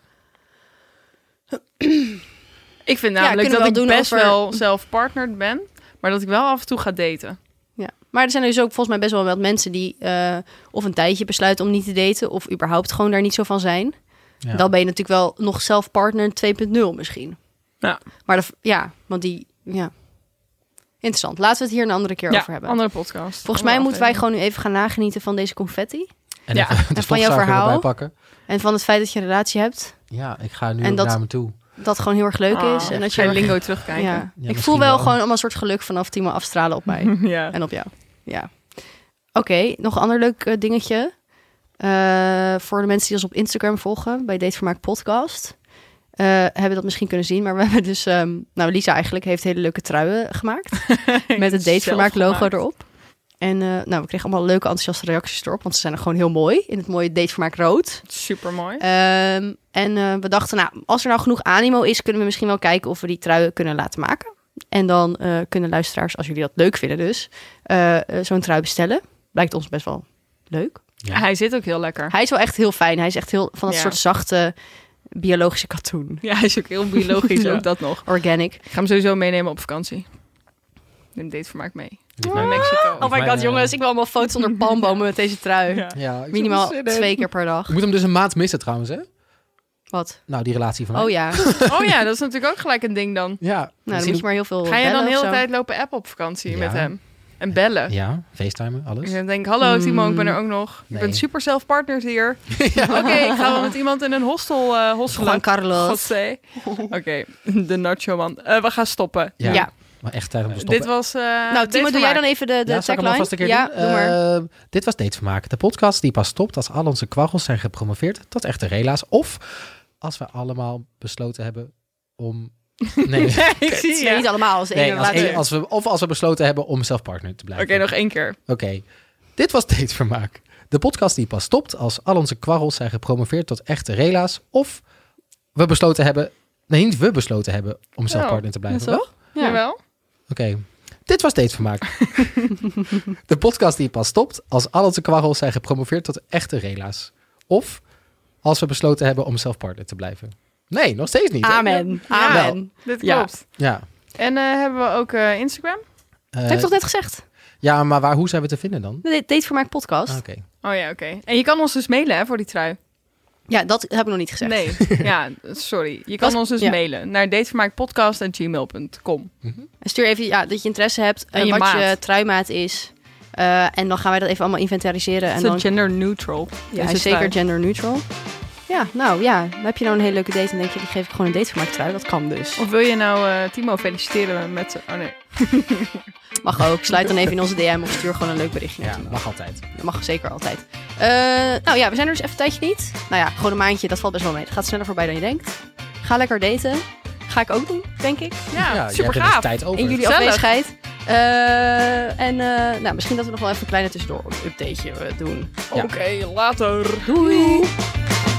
Ik vind namelijk kunnen we dat ik wel doen best over- wel zelf partnered ben, maar dat ik wel af en toe ga daten. Ja. Maar er zijn dus ook volgens mij best wel wat mensen die of een tijdje besluiten om niet te daten, of überhaupt gewoon daar niet zo van zijn. Ja. Dan ben je natuurlijk wel nog zelf partner 2.0 misschien. Ja. Maar want die, ja. Interessant. Laten we het hier een andere keer over hebben. Andere podcast. Volgens mij moeten wij gewoon nu even gaan nagenieten van deze confetti. En Ja. even de En van jouw stofzuiger verhaal. erbij pakken. En van het feit dat je een relatie hebt. Ja, ik ga nu En ook dat- naar me toe. Dat gewoon heel erg leuk is. En dat je je heel erg- lingo terugkijken. Ja. Ja, Ik misschien voel wel wel. gewoon allemaal een soort geluk vanaf Timo afstralen op mij. Ja. En op jou. Ja. Oké, nog een ander leuk dingetje. Voor de mensen die ons op Instagram volgen, bij Datevermaak Podcast. Hebben dat misschien kunnen zien. Maar we hebben dus... Lisa eigenlijk heeft hele leuke truien gemaakt. Met het Datevermaak logo Zelfgemaakt. erop. En we kregen allemaal leuke enthousiaste reacties erop. Want ze zijn er gewoon heel mooi. In het mooie Datevermaak rood. Super mooi. We dachten, nou, als er nou genoeg animo is, kunnen we misschien wel kijken of we die truien kunnen laten maken. En dan kunnen luisteraars, als jullie dat leuk vinden dus, zo'n trui bestellen. Blijkt ons best wel leuk. Ja. Hij zit ook heel lekker. Hij is wel echt heel fijn. Hij is echt heel van dat Ja. soort zachte biologische katoen. Ja, hij is ook heel biologisch, Ja. ook dat nog. Organic. Ik ga hem sowieso meenemen op vakantie. Neem Datevermaak mee. Die Naar mij- Mexico. Oh my mij, god, jongens. Ik wil allemaal foto's onder palmbomen met deze trui. Ja. Ja, ik Minimaal zit er zin in. 2 keer per dag. Je moet hem dus een maand missen trouwens, hè? Wat? Nou, die relatie van mij. Oh ja. Oh ja, dat is natuurlijk ook gelijk een ding dan. Ja. Nou, dan Dus moet je maar heel veel Ga je dan bellen de of hele zo. tijd lopen appen op vakantie Ja. met hem? En bellen? Ja, facetimen, alles. En dan denk ik, hallo Timo, ik ben er ook nog. Nee. Ik ben super zelf-partners hier. Oké, ik ga wel met iemand in een hostel Juan hosselen. Carlos. Godzee. Oké, de nacho man. We gaan stoppen. Ja. Maar echt tijd om te stoppen. Dit was Nou, Timo, doe jij dan even de Ja, zal ik hem tagline? alvast een keer Ja, doen? doe maar. Dit was Datevermaak. De podcast die pas stopt als al onze kwarrels zijn gepromoveerd tot echte rela's. Of als we allemaal besloten hebben om... Nee, Ik zie Nee, niet je. allemaal. Als nee één als we besloten hebben om zelf partner te blijven. Oké, nog 1 keer. Oké. Dit was Datevermaak. De podcast die pas stopt als al onze kwarrels zijn gepromoveerd tot echte rela's. Of we besloten hebben... Nee, niet we besloten hebben om zelf Oh, partner te blijven. dat is Wel? Ja. Jawel. Oké. Dit was Datevermaak. De podcast die pas stopt als al onze kwarrels zijn gepromoveerd tot echte rela's. Of als we besloten hebben om zelf partner te blijven. Nee, nog steeds niet. hè? Amen. Ja. Amen. Dit Ja. klopt. Ja. En hebben we ook Instagram? Dat heb ik toch net gezegd? Ja, maar hoe zijn we te vinden dan? De Datevermaak podcast. Oké. Oh ja, oké. En je kan ons dus mailen hè, voor die trui. Ja, dat heb ik nog niet gezegd. Nee, ja, sorry. Je kan Was- ons dus ja. mailen naar datevermaakpodcast@gmail.com. En stuur even dat je interesse hebt En je wat maat. je truimaat is. En dan gaan wij dat even allemaal inventariseren. En Het dan is gender neutral. ja, hij is zeker gender neutral. Ja, nou ja. Dan heb je nou een hele leuke date en denk je, die geef ik gewoon een Datevermaak trui. Dat kan dus. Of wil je nou Timo feliciteren met... Oh nee. Mag ook. Sluit dan even in onze DM of stuur gewoon een leuk berichtje. Ja, mag altijd. Dat mag zeker altijd. Nou ja, we zijn er dus even een tijdje niet. Nou ja, gewoon een maandje, dat valt best wel mee. Het gaat sneller voorbij dan je denkt. Ga lekker daten. Ga ik ook doen, denk ik. Ja, jij super hebt er gaaf. dus tijd over. In jullie Gezellig. afwezigheid. Nou, misschien dat we nog wel even een kleine tussendoor updateje doen. Ja. Oké, later. Doei!